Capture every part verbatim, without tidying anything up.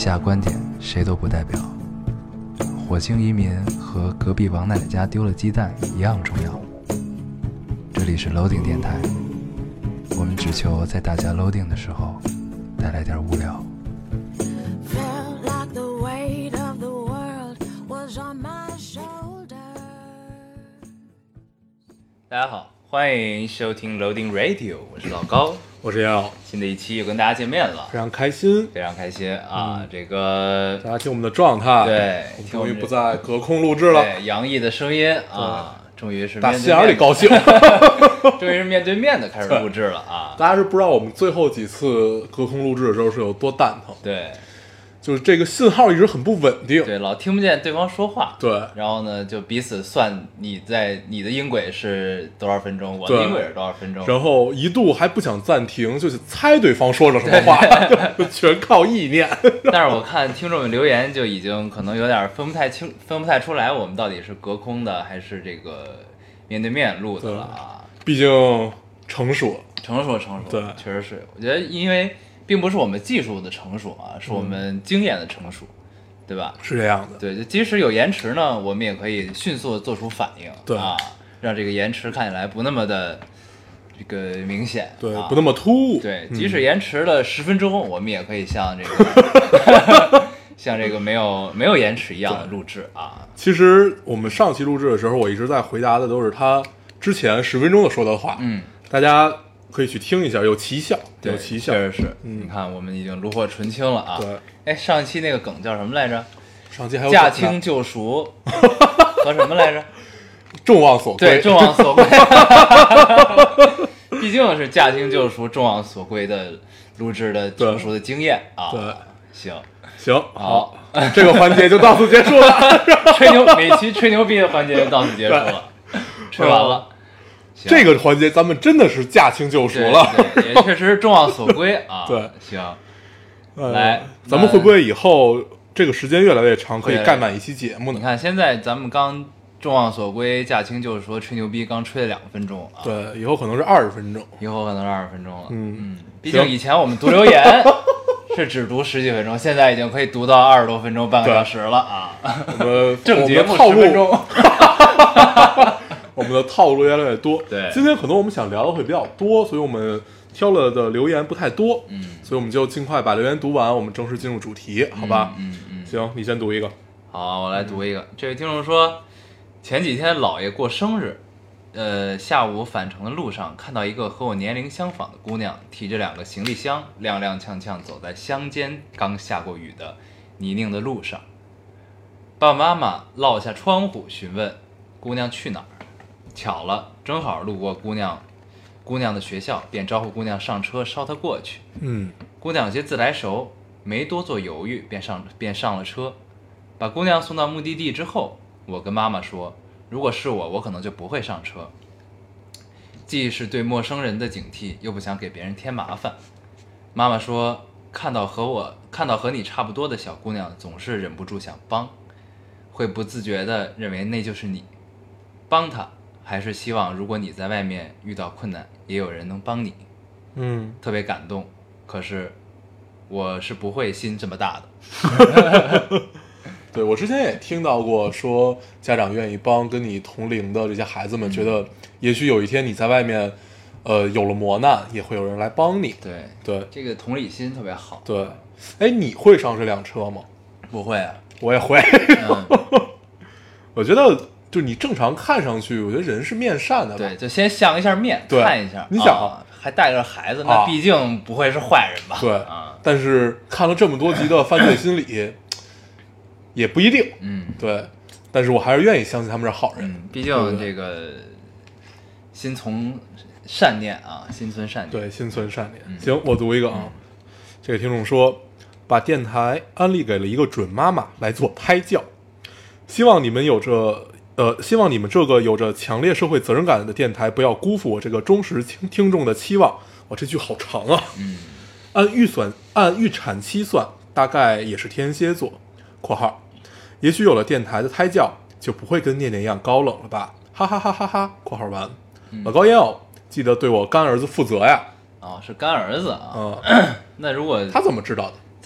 下观点谁都不代表。火星移民和隔壁王奶奶家丢了鸡蛋一样重要。这里是 Loading 电台，我们只求在大家 Loading 的时候带来点无聊。大家好，欢迎收听 Loading Radio， 我是老高， 我是姚， 新的一期又跟大家见面了， 非常开心， 非常开心啊！嗯、这个大家听我们的状态， 对， 我们终于不再隔空录制了， 对，洋溢的声音啊，终于是打心眼里高兴， 终于是面对面的开始录制了啊！ 大家是不知道我们最后几次隔空录制的时候是有多蛋疼， 对。 就是这个信号一直很不稳定， 对，老听不见对方说话， 对， 然后呢，就彼此算你在你的音轨是多少分钟，我的音轨是多少分钟， 然后一度还不想暂停，就是猜对方说了什么话，就全靠意念。 但是我看听众们留言就已经可能有点分不太清，分不太出来我们到底是隔空的还是这个面对面录的了啊。 毕竟成熟了， 成熟成熟， 对， 确实是。我觉得因为。并不是我们技术的成熟啊，是我们经验的成熟，嗯、对吧？ 是这样的。 对，就即使有延迟呢，我们也可以迅速的做出反应， 对啊，让这个延迟看起来不那么的这个明显， 对， 啊、 不那么突兀。 对，即使延迟了十分钟，嗯、我们也可以像这个像这个没有没有延迟一样的录制啊。 其实我们上期录制的时候，我一直在回答的都是他之前十分钟的说的话， 嗯， 大家可以去听一下，有奇效，有奇效， 确实是。 嗯、 你看，我们已经炉火纯青了啊。 对， 哎，上一期那个梗叫什么来着？ 上期还有驾轻就熟和什么来着？ 众望所归。 对，众望所归。毕竟是驾轻就熟、众望所归的录制的成熟的经验啊。 对， 行行好， 这个环节就到此结束了。 吹牛，每期吹牛逼的环节就到此结束了，吹完了。 这个环节咱们真的是驾轻就熟了， 对对也确实是众望所归啊。 对， 行， 呃、 来， 咱们会不会以后这个时间越来越长，可以盖满一期节目呢？ 你看，现在咱们刚众望所归、驾轻就熟、吹牛逼，刚吹了两分钟啊。 对，以后可能是二十分钟， 以后可能是二十分钟了。 嗯嗯，毕竟以前我们读留言是只读十几分钟，现在已经可以读到二十多分钟、半个小时了啊。 我们正节目十分钟。 我们的套路越来越多， 对， 今天可能我们想聊的会比较多，所以我们挑了的留言不太多， 嗯， 所以我们就尽快把留言读完，我们正式进入主题，好吧？ 嗯 嗯, 嗯， 行，你先读一个。 好，我来读一个。嗯、这位听众说，前几天姥爷过生日，呃，下午返程的路上看到一个和我年龄相仿的姑娘，提着两个行李箱，踉踉跄跄走在乡间刚下过雨的泥泞的路上。爸爸妈妈落下窗户询问姑娘去哪儿。巧了，正好路过姑娘姑娘的学校，便招呼姑娘上车捎她过去。 嗯， 姑娘有些自来熟，没多做犹豫，便上便上了车。把姑娘送到目的地之后，我跟妈妈说，如果是我，我可能就不会上车。既是对陌生人的警惕，又不想给别人添麻烦。妈妈说，看到和我看到和你差不多的小姑娘，总是忍不住想帮，会不自觉地认为那就是你。帮她还是希望如果你在外面遇到困难，也有人能帮你。 嗯， 特别感动，可是我是不会心这么大的。 对，我之前也听到过说家长愿意帮跟你同龄的这些孩子们，觉得也许有一天你在外面呃有了磨难，也会有人来帮你。 对对， 这个同理心特别好。 对，哎，你会上这辆车吗？ 不会啊， 我也会。 嗯、 我觉得就你正常看上去，我觉得人是面善的吧。 对，就先相一下面，看一下。 你想、 啊，还带着孩子，那毕竟不会是坏人吧？ 对啊。 但是看了这么多集的犯罪心理，也不一定。 嗯， 对。但是我还是愿意相信他们是好人。 嗯，毕竟这个心存善念啊，心存善念。 对，心存善念。 嗯、 行，我读一个啊。嗯、这个听众说，把电台安利给了一个准妈妈来做胎教，希望你们有着。呃，希望你们这个有着强烈社会责任感的电台不要辜负我这个忠实听听众的期望。哇，这句好长啊！ 嗯， 按预算，按预产期算，大概也是天蝎座（括号）。也许有了电台的胎教，就不会跟念念一样高冷了吧？哈哈哈哈哈！（括号完）老高烟偶，记得对我干儿子负责呀！ 哦，是干儿子啊。 嗯， 那如果他怎么知道的？ 在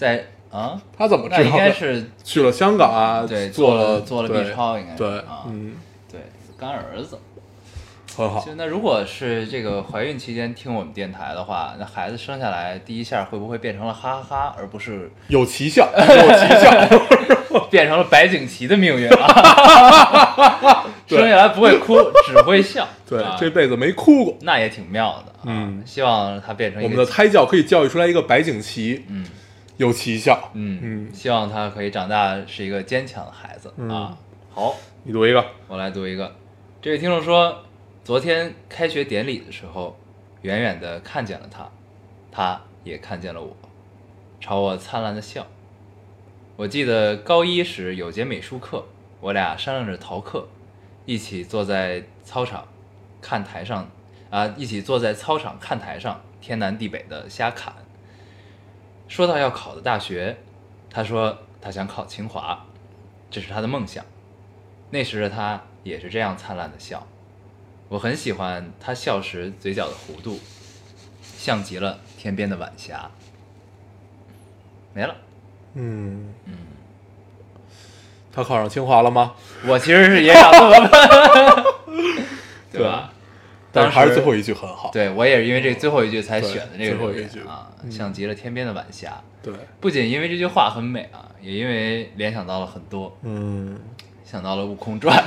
啊， 他怎么知道的？ 那应该是去了香港啊， 对做了做了对 B 超，应该是对， 啊， 嗯， 对，干儿子。 很好就。那如果是这个怀孕期间听我们电台的话，那孩子生下来第一下会不会变成了哈哈哈，而不是有奇效，有奇效， 变成了白景琦的命运啊？ 对生下来不会哭，只会笑。 对， 啊这辈子没哭过。 那也挺妙的。啊嗯希望他变成一个我们的胎教可以教育出来一个白景琦， 嗯有奇效。 嗯嗯希望他可以长大是一个坚强的孩子嗯啊。好， 你读一个。 我来读一个。这位听众说，昨天开学典礼的时候，远远的看见了他，他也看见了我，朝我灿烂的笑。我记得高一时有节美术课，我俩商量着逃课，一起坐在操场看台上啊，一起坐在操场看台上天南地北的瞎侃。说到要考的大学，他说他想考清华，这是他的梦想。那时的他也是这样灿烂的笑，我很喜欢他笑时嘴角的弧度，像极了天边的晚霞。没了。 嗯嗯，他考上清华了吗？ 我其实是也想这么办，对吧？ 但是还是当时最后一句很好。 对我也是因为这最后一句才对选的这个最后一句留言啊， 嗯像极了天边的晚霞。 对， 不仅因为这句话很美啊，也因为联想到了很多， 嗯， 想到了《悟空传》。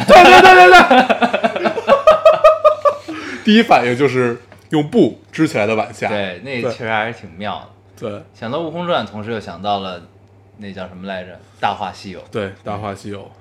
第一反应就是用布支起来的晚霞。 对，那对确实还是挺妙的。 对想到《悟空传》，同时又想到了那叫什么来着，《大话西游》。 对，《大话西游》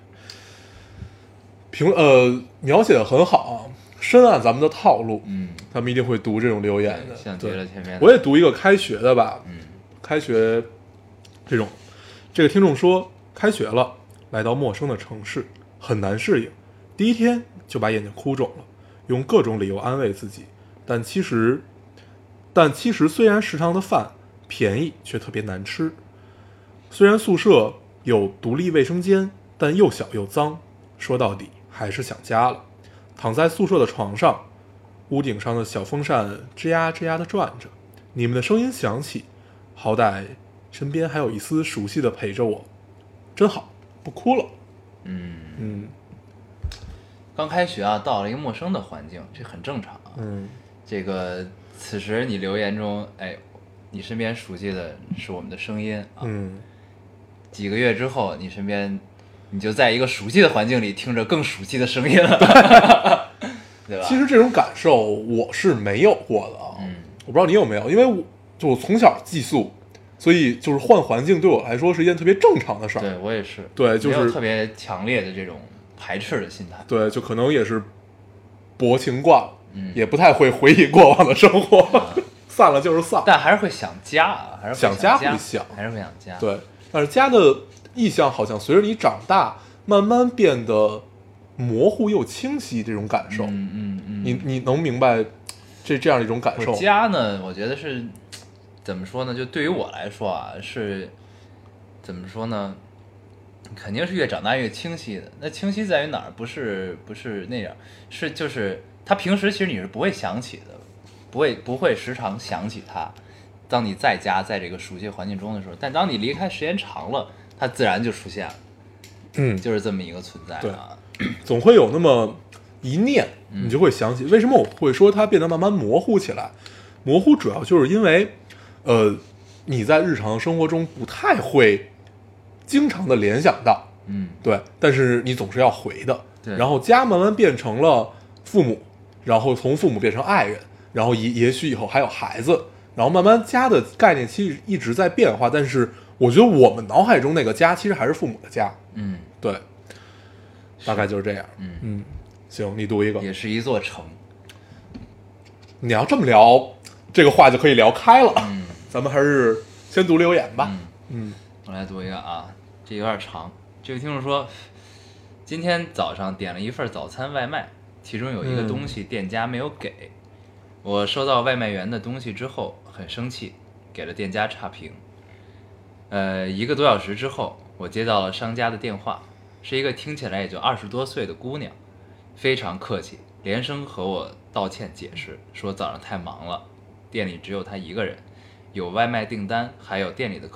评呃描写的很好啊，深谙咱们的套路。 嗯， 他们一定会读这种留言的。 对像极对了天边的我也读一个开学的吧。 嗯， 开学这种，这个听众说，开学了，来到陌生的城市，很难适应，第一天就把眼睛哭肿了，用各种理由安慰自己，但其实，但其实虽然食堂的饭便宜，却特别难吃，虽然宿舍有独立卫生间，但又小又脏，说到底还是想家了。躺在宿舍的床上，屋顶上的小风扇吱呀吱呀的转着，你们的声音响起，好歹身边还有一丝熟悉的陪着我，真好，不哭了。 嗯， 嗯刚开学啊，到了一个陌生的环境，这很正常啊。 嗯这个此时你留言中，哎，你身边熟悉的是我们的声音啊。 嗯， 几个月之后，你身边你就在一个熟悉的环境里听着更熟悉的声音了，对吧？ 其实这种感受我是没有过的啊。 嗯， 我不知道你有没有，因为我就我从小寄宿，所以就是换环境对我来说是一件特别正常的事儿。 对我也是， 对就是没有特别强烈的这种排斥的心态。 对，就可能也是薄情惯了， 嗯也不太会回忆过往的生活，散了就是散。 但还是会想家啊，还是会想家家会想还是会想家。 对，但是家的意象好像随着你长大，慢慢变得模糊又清晰，这种感受， 嗯嗯嗯， 你你能明白这这样一种感受我？家呢，我觉得是怎么说呢？就对于我来说啊，是怎么说呢？肯定是越长大越清晰的。那清晰在于哪儿？不是不是那样，是就是他平时其实你是不会想起的，不会不会时常想起他。当你在家在这个熟悉环境中的时候，但当你离开时间长了，它自然就出现了， 嗯， 就是这么一个存在啊。 总会有那么一念，你就会想起。为什么我会说它变得慢慢模糊起来？模糊主要就是因为，呃，你在日常生活中不太会经常的联想到， 嗯， 对，但是你总是要回的。 对然后家慢慢变成了父母，然后从父母变成爱人，然后也也许以后还有孩子，然后慢慢家的概念其实一直在变化。但是我觉得我们脑海中那个家其实还是父母的家， 嗯， 对，大概就是这样。 嗯嗯，行，你读一个。 也是一座城。 你要这么聊，这个话就可以聊开了。 嗯咱们还是先读留言吧。 嗯。 嗯我来读一个啊，这有点长。这位听众说，今天早上点了一份早餐外卖，其中有一个东西店家没有给。我收到外卖员的东西之后很生气，给了店家差评。呃，一个多小时之后，我接到了商家的电话，是一个听起来也就二十多岁的姑娘，非常客气，连声和我道歉解释，说早上太忙了，店里只有她一个人，有外卖订单，还有店里的客人，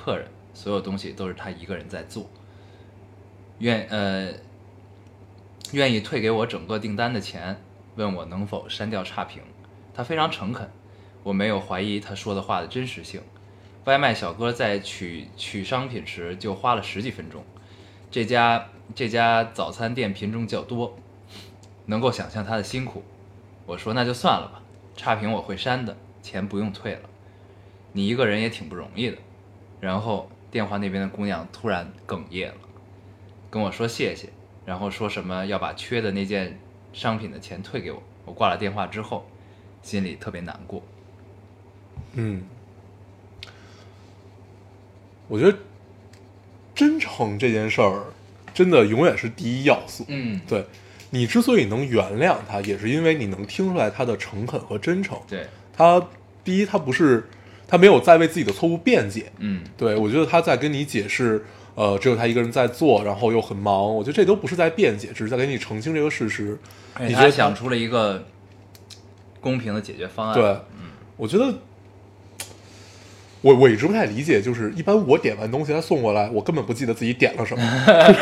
所有东西都是他一个人在做，愿呃愿意退给我整个订单的钱，问我能否删掉差评。他非常诚恳，我没有怀疑他说的话的真实性。外卖小哥在取取商品时就花了十几分钟，这家这家早餐店品种较多，能够想象他的辛苦。我说那就算了吧，差评我会删的，钱不用退了。你一个人也挺不容易的。然后电话那边的姑娘突然哽咽了，跟我说谢谢，然后说什么要把缺的那件商品的钱退给我。我挂了电话之后，心里特别难过。 嗯，我觉得真诚这件事儿真的永远是第一要素。 嗯， 对，你之所以能原谅他，也是因为你能听出来他的诚恳和真诚。 对， 他第一，他不是他没有在为自己的错误辩解。 嗯， 对，我觉得他在跟你解释，呃，只有他一个人在做，然后又很忙，我觉得这都不是在辩解，只是在给你澄清这个事实。你觉得他想出了一个公平的解决方案。 对， 嗯， 我觉得我我一直不太理解，就是一般我点完东西他送过来，我根本不记得自己点了什么。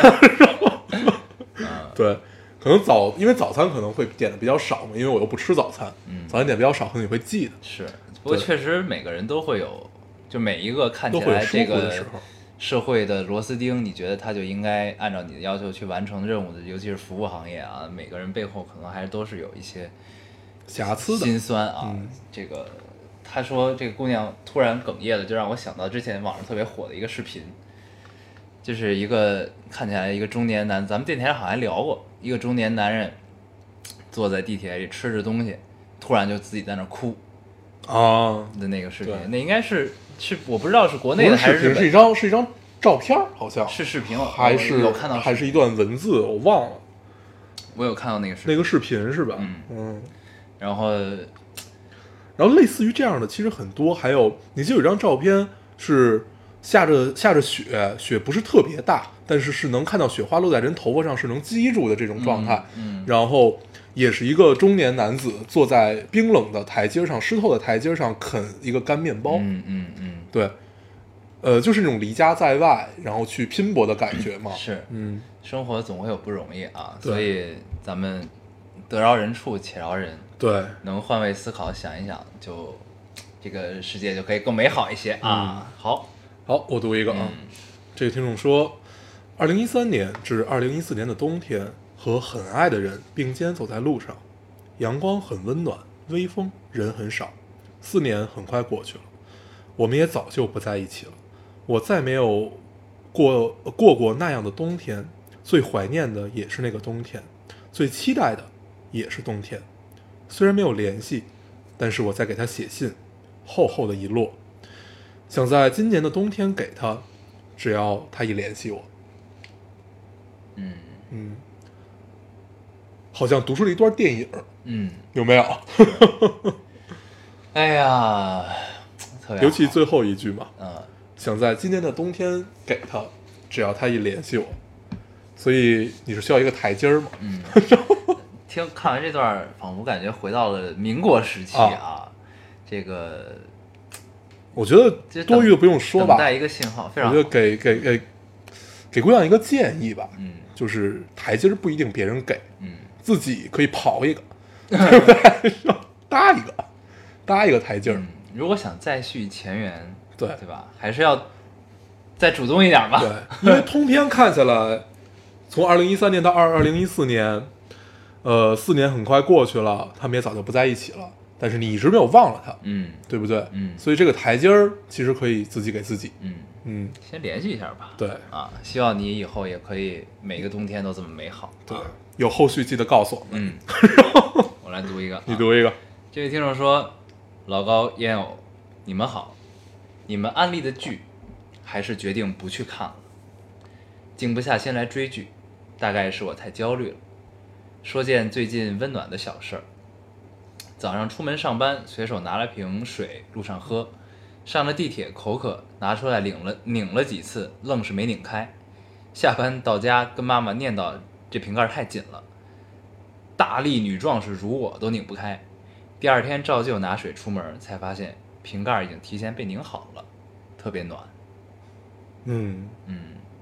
对，可能早因为早餐可能会点的比较少嘛，因为我又不吃早餐， 嗯早餐点比较少，可能你会记得。 是，不过确实每个人都会有，就每一个看起都会有疏来这个忽的时候社会的螺丝钉，你觉得他就应该按照你的要求去完成任务的，尤其是服务行业啊，每个人背后可能还是都是有一些瑕疵的。 心酸啊。 嗯这个他说这个姑娘突然哽咽了，就让我想到之前网上特别火的一个视频，就是一个看起来一个中年男，咱们电台上好像还聊过，一个中年男人坐在地铁里吃着东西，突然就自己在那哭啊， 的那个视频对， 那应该是是我不知道是国内不的还是日本是视频，是一张是一张照片，好像是视频，我还是我有看到， 还是一段文字，我忘了。 我有看到那个视频， 那个视频是吧？ 嗯嗯。 然后然后类似于这样的其实很多，还有你记得有张照片是下着下着雪，雪不是特别大，但是是能看到雪花落在人头发上是能积住的这种状态。 嗯嗯然后也是一个中年男子坐在冰冷的台阶上，湿透的台阶上啃一个干面包。 嗯嗯嗯， 对，呃，就是那种离家在外，然后去拼搏的感觉嘛。 是， 嗯， 生活总会有不容易啊， 对所以咱们得饶人处且饶人， 对， 能换位思考想一想，就这个世界就可以更美好一些啊。好， 好，我读一个啊。 嗯这个听众说，二零一三年至二零一四年的冬天，和很爱的人并肩走在路上，阳光很温暖，微风，人很少。四年很快过去了，我们也早就不在一起了。我再没有过过过那样的冬天，最怀念的也是那个冬天，最期待的也是冬天。虽然没有联系，但是我在给他写信，厚厚的一摞，想在今年的冬天给他，只要他一联系我。 嗯嗯，好像读出了一段电影， 嗯， 有没有？ 哎呀，特别好尤其最后一句嘛， 嗯想在今年的冬天给他，只要他一联系我。所以你是需要一个台阶儿嘛？ 嗯，听看完这段，仿佛感觉回到了民国时期啊，这个我觉得这多余的不用说吧。 等待一个信号，非常好我觉得给给给给姑娘一个建议吧， 嗯就是台阶儿不一定别人给， 嗯自己可以刨一个，对不对？搭一个，搭一个台阶儿。 嗯，如果想再续前缘， 对对吧？还是要再主动一点吧。 对，因为通篇看下来，从二零一三年到二二零一四年，呃，四年很快过去了，他们也早就不在一起了。但是你一直没有忘了他， 嗯对不对？ 嗯所以这个台阶儿其实可以自己给自己。 嗯， 嗯， 先联系一下吧。 对啊，希望你以后也可以每个冬天都这么美好。 对啊， 有后续记得告诉我们。 嗯，我来读一个， 你读一个。 这位听众说：“老高、烟偶，你们好，你们安利的剧，还是决定不去看了。静不下心来追剧，大概是我太焦虑了。说件最近温暖的小事儿。早上出门上班，随手拿了瓶水，路上喝。上了地铁，口渴，拿出来拧了拧了几次，愣是没拧开。下班到家，跟妈妈念叨这瓶盖太紧了，大力女壮士如我都拧不开。第二天照旧拿水出门，才发现瓶盖已经提前被拧好了，特别暖。 嗯嗯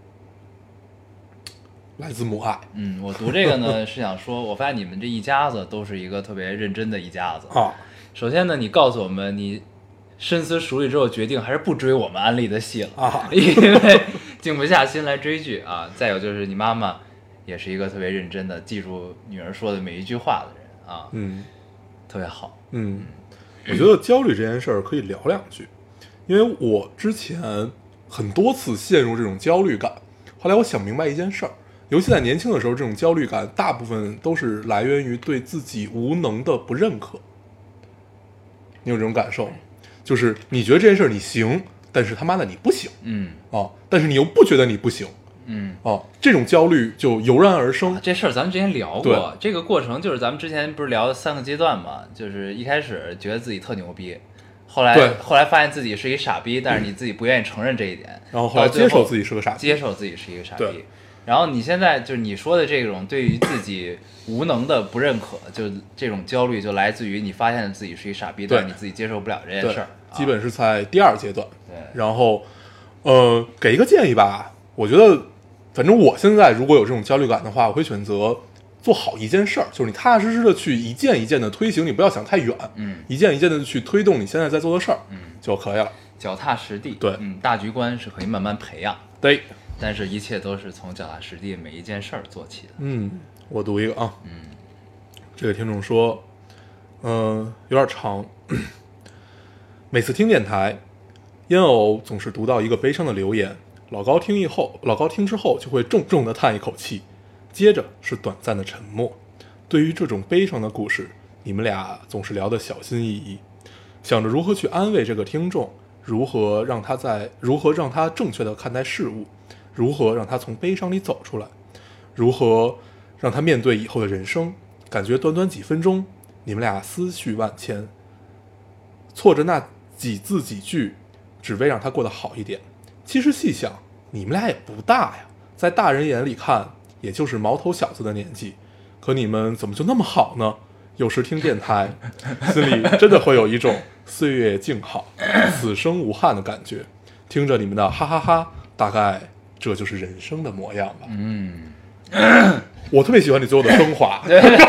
来自母爱嗯，我读这个呢是想说，我发现你们这一家子都是一个特别认真的一家子。 啊。 首先呢，你告诉我们你深思熟虑之后决定还是不追我们安利的戏了啊因为静不下心来追剧啊。再有就是你妈妈也是一个特别认真的记住女儿说的每一句话的人啊， 嗯特别好。 嗯，我觉得焦虑这件事儿可以聊两句，因为我之前很多次陷入这种焦虑感，后来我想明白一件事儿，尤其在年轻的时候，这种焦虑感大部分都是来源于对自己无能的不认可。你有这种感受吗？就是你觉得这件事儿你行，但是他妈的你不行嗯啊，但是你又不觉得你不行嗯， 啊，这种焦虑就油然而生。 这事儿咱们之前聊对过，这个过程就是咱们之前不是聊三个阶段嘛，就是一开始觉得自己特牛逼，后来对后来发现自己是一傻逼，但是你自己不愿意承认这一点， 然后后来到最接受自己是个傻逼， 接受自己是一个傻逼对。 然后你现在就是你说的这种对于自己无能的不认可，就这种焦虑就来自于你发现自己是一傻逼， 对但是你自己接受不了这件对事儿， 基本是在第二阶段。 对然后，呃，给一个建议吧，我觉得，反正我现在如果有这种焦虑感的话，我会选择做好一件事儿，就是你踏踏实实的去一件一件的推行，你不要想太远， 嗯， 一件一件的去推动你现在在做的事儿， 嗯， 就可以了。 脚踏实地， 对嗯，大局观是可以慢慢培养， 对， 但是一切都是从脚踏实地每一件事儿做起的。 嗯，我读一个啊， 嗯， 这个听众说，嗯、有点长，每次听电台，烟偶总是读到一个悲伤的留言，老高听以后，老高听之后就会重重的叹一口气，接着是短暂的沉默。对于这种悲伤的故事，你们俩总是聊得小心翼翼，想着如何去安慰这个听众，如何让他在如何让他正确的看待事物，如何让他从悲伤里走出来，如何让他面对以后的人生。感觉短短几分钟，你们俩思绪万千，错着那几字几句，只为让他过得好一点。其实细想，你们俩也不大呀，在大人眼里看，也就是毛头小子的年纪，可你们怎么就那么好呢？有时听电台，心里真的会有一种岁月静好，此生无憾的感觉。听着你们的哈哈哈，大概这就是人生的模样吧。 嗯， 我特别喜欢你最后的升华。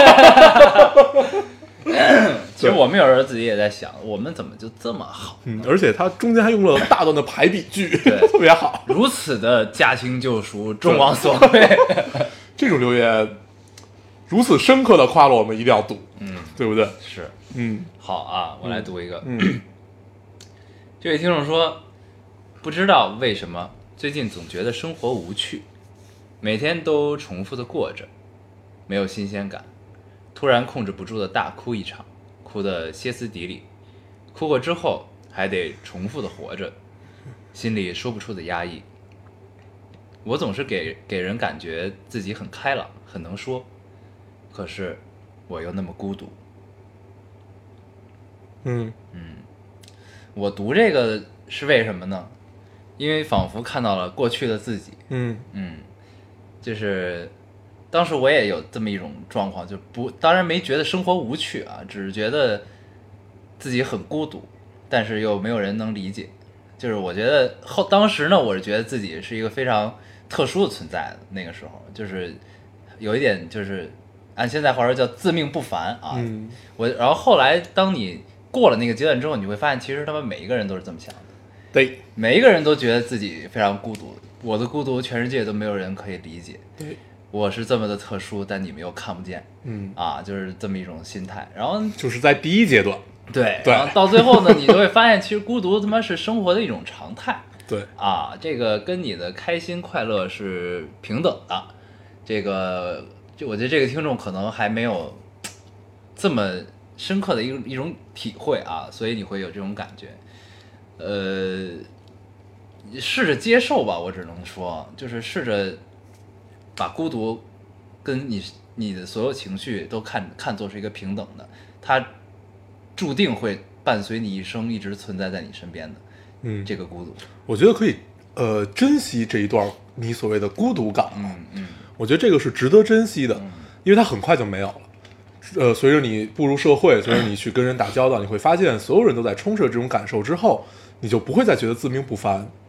其实我们有时候自己也在想，我们怎么就这么好， 嗯，而且它中间还用了大段的排比句， 对特别好。 如此的驾轻就熟，众望所归。 这种留言如此深刻的夸了我们，一定要读， 嗯， 对不对？ 是， 嗯好啊，我来读一个。 嗯这位听众说，不知道为什么最近总觉得生活无趣，每天都重复的过着，没有新鲜感，突然控制不住的大哭一场，哭得歇斯底里，哭过之后还得重复的活着，心里说不出的压抑。我总是给给人感觉自己很开朗，很能说，可是我又那么孤独。 嗯我读这个是为什么呢？因为仿佛看到了过去的自己。 嗯嗯，就是当时我也有这么一种状况，就不当然没觉得生活无趣啊，只是觉得自己很孤独，但是又没有人能理解。就是我觉得后当时呢，我是觉得自己是一个非常特殊的存在的，那个时候就是有一点就是按现在话说叫自命不凡啊。 嗯我然后后来当你过了那个阶段之后，你会发现其实他们每一个人都是这么想的。 对每一个人都觉得自己非常孤独，我的孤独全世界都没有人可以理解， 对， 我是这么的特殊，但你们又看不见嗯， 啊，就是这么一种心态。然后就是在第一阶段， 对， 对然后到最后呢，你就会发现，其实孤独他妈是生活的一种常态对， 啊，这个跟你的开心快乐是平等的。这个，就我觉得这个听众可能还没有这么深刻的一种一种体会啊，所以你会有这种感觉。呃，试着接受吧，我只能说，就是试着把孤独跟你你的所有情绪都看看作是一个平等的，它注定会伴随你一生，一直存在在你身边的。 嗯， 这个孤独， 我觉得可以呃珍惜这一段你所谓的孤独感啊， 嗯嗯我觉得这个是值得珍惜的，因为它很快就没有了。呃，随着你步入社会，随着你去跟人打交道，你会发现所有人都在充斥着这种感受之后，你就不会再觉得自命不凡。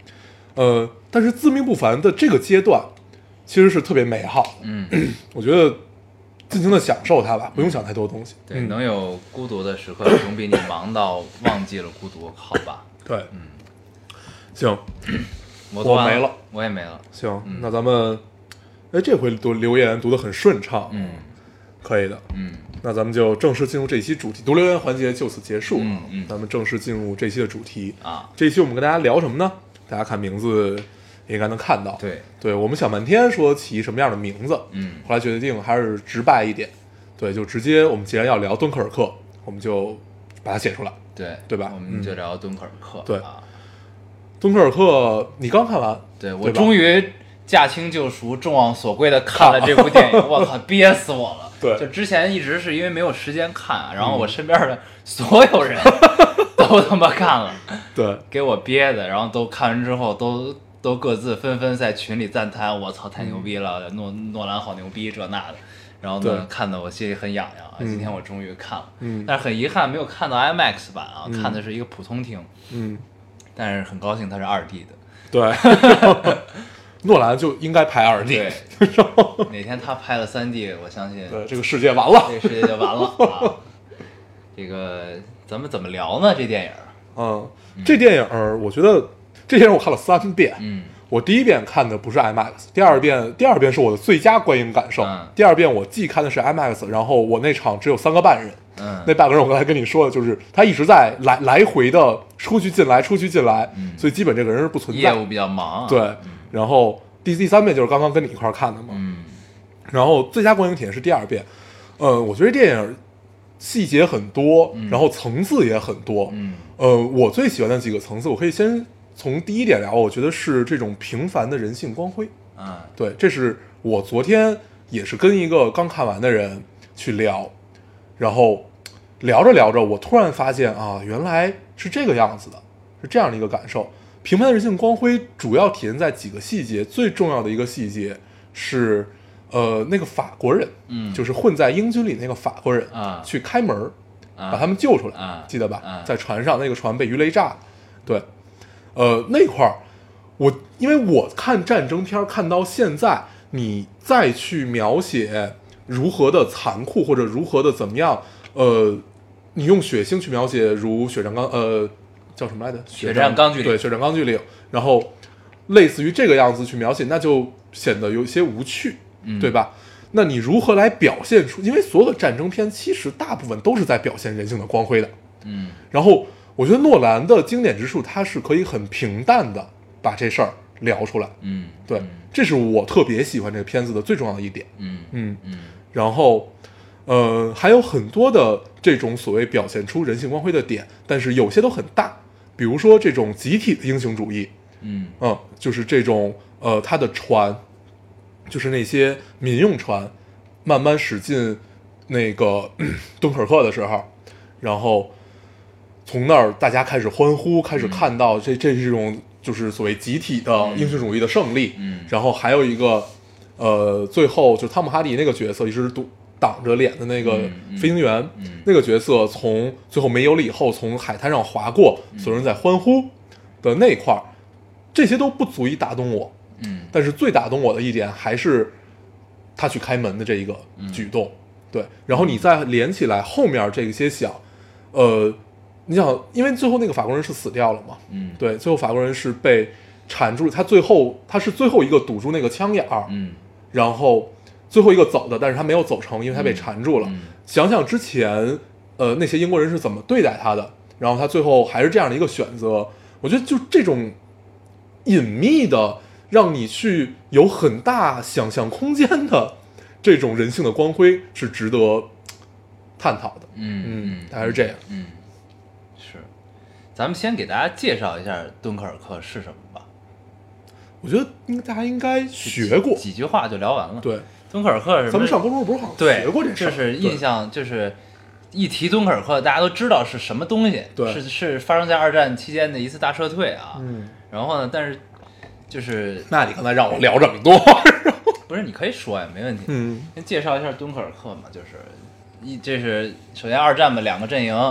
呃，但是自命不凡的这个阶段其实是特别美好的。 嗯， 我觉得尽情的享受它吧，不用想太多东西。 对， 嗯、 能有孤独的时刻，总比你忙到忘记了孤独好吧？ 对，嗯，行， 我读完我没了， 我也没了。 行， 嗯那咱们，哎，这回读留言读得很顺畅， 嗯， 可以的， 嗯， 那咱们就正式进入这一期主题，读留言环节就此结束。 嗯嗯咱们正式进入这一期的主题啊。 这一期我们跟大家聊什么呢？大家看名字也应该能看到。 对， 对，我们想半天说起什么样的名字， 嗯后来决定还是直白一点，对，就直接我们既然要聊敦刻尔克，我们就把它写出来。 对对吧我们就聊敦刻尔克。 对啊， 敦刻尔克，你刚看完？ 对我对吧终于驾轻就熟、众望所归的看了这部电影，我靠，憋死我了。 对就之前一直是因为没有时间看，然后我身边的所有人都他妈看了， 对， 给我憋的，然后都看完之后都都各自纷纷在群里赞叹，我操，太牛逼了，诺诺兰好牛逼，这那的。然后对呢，看得我心里很痒痒啊！ 嗯今天我终于看了， 嗯但是很遗憾没有看到 IMAX 版啊， 嗯看的是一个普通厅， 嗯， 但是很高兴它是二 D 的。 对，诺兰就应该拍二 D。 对，哪天他拍了三 D，我相信对，这个世界完了。 这个世界就完了啊！这个咱们怎么聊呢？这电影， 嗯，这电影儿我觉得这电影我看了三遍。 嗯我第一遍看的不是 IMAX， 第二遍第二遍是我的最佳观影感受。 嗯第二遍我既看的是 IMAX， 然后我那场只有三个半人， 嗯， 那半个人我刚才跟你说的，就是他一直在来来回的出去进来出去进来， 嗯所以基本这个人是不存在。 业务比较忙啊。 对，然后第第三遍就是刚刚跟你一块儿看的嘛。 嗯然后最佳观影体验是第二遍。呃，我觉得电影细节很多， 嗯然后层次也很多。 嗯呃，我最喜欢的几个层次，我可以先从第一点聊，我觉得是这种平凡的人性光辉。 啊对，这是我昨天也是跟一个刚看完的人去聊，然后聊着聊着，我突然发现啊，原来是这个样子的，是这样的一个感受。平凡的人性光辉主要体现在几个细节，最重要的一个细节是，呃，那个法国人， 嗯， 就是混在英军里那个法国人啊去开门， 啊把他们救出来， 啊记得吧？ 啊在船上，那个船被鱼雷炸了，对，呃，那块儿，我因为我看战争片看到现在，你再去描写如何的残酷或者如何的怎么样，呃，你用血腥去描写，如《血战钢》呃叫什么来着？ 血战钢锯岭对，《血战钢锯岭》，然后类似于这个样子去描写，那就显得有一些无趣， 嗯对吧？那你如何来表现出？因为所有的战争片其实大部分都是在表现人性的光辉的。 嗯然后我觉得诺兰的经典之处，他是可以很平淡的把这事儿聊出来。 嗯， 对， 嗯这是我特别喜欢这个片子的最重要的一点。 嗯嗯， 嗯然后，呃，还有很多的这种所谓表现出人性光辉的点，但是有些都很大，比如说这种集体的英雄主义， 嗯嗯，就是这种呃，他的船，就是那些民用船，慢慢驶进那个敦刻尔克的时候，然后从那儿大家开始欢呼，开始看到这这是这种就是所谓集体的英雄主义的胜利。 嗯然后还有一个呃，最后就汤姆哈迪那个角色一直堵挡着脸的那个嗯嗯飞行员， 嗯那个角色从最后没有了以后，从海滩上划过，所有人在欢呼的那块儿，这些都不足以打动我。 嗯但是最打动我的一点还是他去开门的这一个举动，对，然后你再连起来后面这些想，呃，你想，因为最后那个法国人是死掉了嘛， 嗯对，最后法国人是被缠住，他最后他是最后一个堵住那个枪眼儿， 嗯然后最后一个走的，但是他没有走成，因为他被缠住了。 嗯想想之前，呃，那些英国人是怎么对待他的，然后他最后还是这样的一个选择，我觉得就这种隐秘的，让你去有很大想象空间的这种人性的光辉，是值得探讨的。 嗯嗯，大概是这样。 嗯，是，咱们先给大家介绍一下敦刻尔克是什么吧。 我觉得应该大家应该学过， 几句话就聊完了。 对， 敦刻尔克是什么？ 咱们上高中不是好像对学过这事儿， 就是印象就是一提敦刻尔克，大家都知道是什么东西， 对是是发生在二战期间的一次大撤退啊。 嗯， 然后呢，但是就是那你刚才让我聊这么多， 不是你可以说呀，没问题。 嗯先介绍一下敦刻尔克嘛，就是一这是首先二战嘛，两个阵营，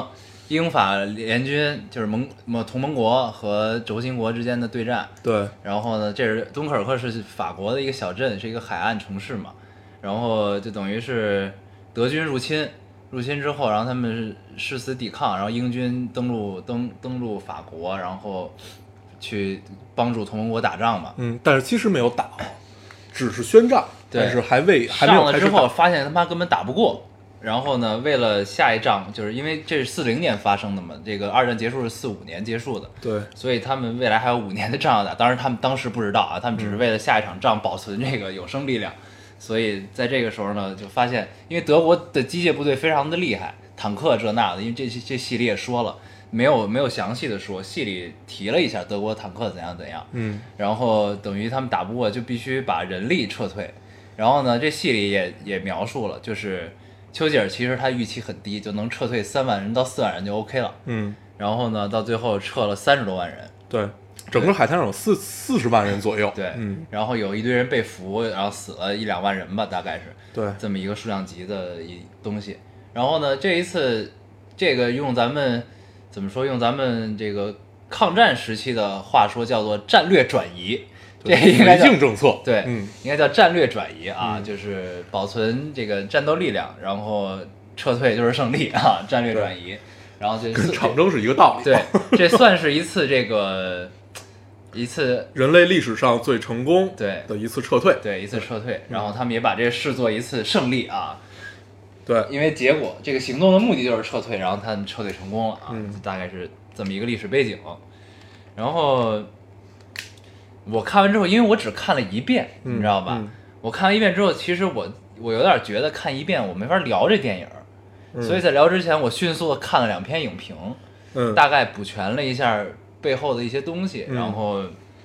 英法联军就是盟盟同盟国和轴心国之间的对战。 对， 然后呢，这是敦刻尔克是法国的一个小镇，是一个海岸城市嘛。然后就等于是德军入侵，入侵之后，然后他们誓死抵抗，然后英军登陆登登陆法国，然后去帮助同盟国打仗嘛。 嗯，但是其实没有打，只是宣战， 对但是还未还没有上了开始打。 之后发现他妈根本打不过。然后呢，为了下一仗，就是因为这是四零年发生的嘛，这个二战结束是四五年结束的， 对， 所以他们未来还有五年的仗要打。当然，他们当时不知道啊，他们只是为了下一场仗保存这个有生力量。所以在这个时候呢，就发现，因为德国的机械部队非常的厉害，坦克这那的，因为这这戏里也说了，没有没有详细的说，戏里提了一下德国坦克怎样怎样， 嗯， 然后等于他们打不过，就必须把人力撤退。然后呢，这戏里也也描述了，就是丘吉尔其实他预期很低，就能撤退三万人到四万人就 OK 了， 嗯， 然后呢，到最后撤了三十多万人。 对，整个海滩上有四四十万人左右。 对， 嗯， 然后有一堆人被俘，然后死了一两万人吧，大概是对， 这么一个数量级的一东西。然后呢，这一次这个用咱们怎么说？用咱们这个抗战时期的话说，叫做战略转移。这应该绥靖政策。 对， 嗯， 应该叫战略转移啊， 嗯就是保存这个战斗力量，然后撤退就是胜利啊，战略转移。然后这跟长征是一个道理。 对，这算是一次这个一次人类历史上最成功对的一次撤退。 对一次撤退，然后他们也把这视作一次胜利啊。 对， 因为结果这个行动的目的就是撤退，然后他们撤退成功了啊， 嗯大概是这么一个历史背景。然后我看完之后，因为我只看了一遍， 嗯你知道吧？ 嗯我看完一遍之后，其实我我有点觉得看一遍我没法聊这电影， 嗯所以在聊之前，我迅速的看了两篇影评， 嗯， 大概补全了一下背后的一些东西， 嗯然后，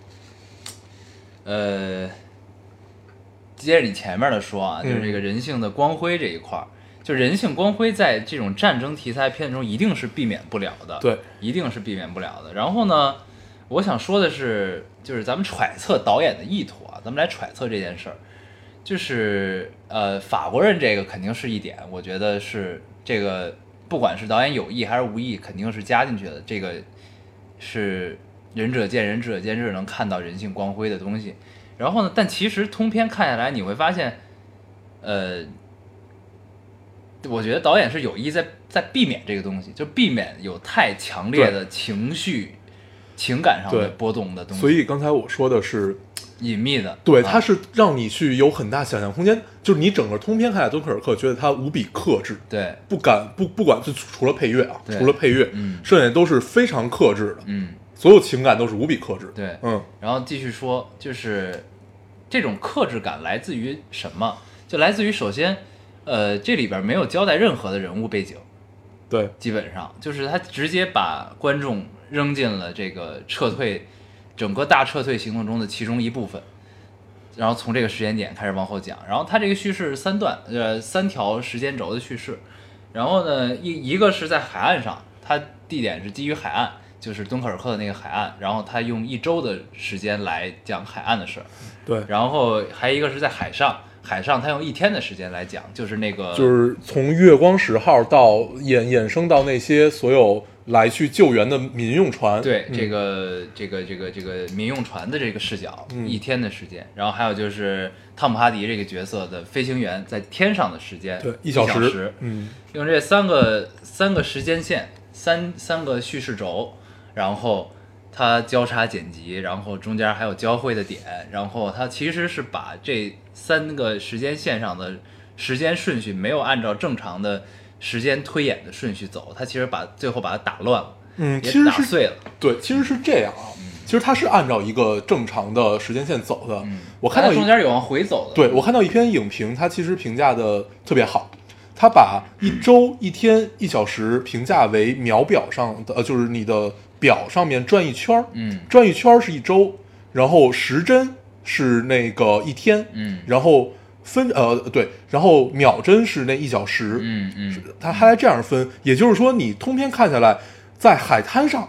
呃，接着你前面的说啊，就是这个人性的光辉这一块儿，就人性光辉在这种战争题材片中一定是避免不了的， 对， 一定是避免不了的。然后呢，我想说的是，就是咱们揣测导演的意图啊，咱们来揣测这件事儿，就是呃，法国人这个肯定是一点，我觉得是这个，不管是导演有意还是无意，肯定是加进去的。这个是仁者见仁，智者见智，能看到人性光辉的东西。然后呢，但其实通篇看下来，你会发现，呃，我觉得导演是有意在在避免这个东西，就避免有太强烈的情绪、情感上的波动的东西。 所以刚才我说的是隐秘的， 对， 啊它是让你去有很大想象空间，就是你整个通篇看下敦刻尔克，觉得它无比克制， 对， 不敢不不管就除了配乐啊， 对除了配乐， 嗯剩下都是非常克制的， 嗯， 所有情感都是无比克制， 对， 嗯然后继续说，就是这种克制感来自于什么？就来自于首先，呃，这里边没有交代任何的人物背景， 对， 基本上就是他直接把观众扔进了这个撤退整个大撤退行动中的其中一部分，然后从这个时间点开始往后讲，然后他这个叙事是三段，呃，三条时间轴的叙事，然后呢，一一个是在海岸上，它地点是基于海岸，就是敦刻尔克的那个海岸，然后他用一周的时间来讲海岸的事儿， 对， 然后还有一个是在海上，海上他用一天的时间来讲，就是那个就是从月光十号到衍衍生到那些所有来去救援的民用船， 对、 嗯这个这个这个这个民用船的这个视角， 嗯一天的时间，然后还有就是汤姆哈迪这个角色的飞行员在天上的时间， 对， 一一小时， 时， 嗯， 用这三个三个时间线，三三个叙事轴，然后它交叉剪辑，然后中间还有交汇的点，然后它其实是把这三个时间线上的时间顺序没有按照正常的时间推演的顺序走，它其实把最后把它打乱了， 嗯， 也其实是打碎了。 对，其实是这样啊，其实它是按照一个正常的时间线走的。 嗯， 我看到一它中间有往回走的。 对我看到一篇影评，它其实评价的特别好，它把一周、一天、一小时评价为秒表上的，呃，就是你的表上面转一圈儿， 嗯转一圈儿是一周，然后时针是那个一天， 嗯然后分呃对，然后秒针是那一小时， 嗯嗯， 它还这样分，也就是说，你通篇看下来，在海滩上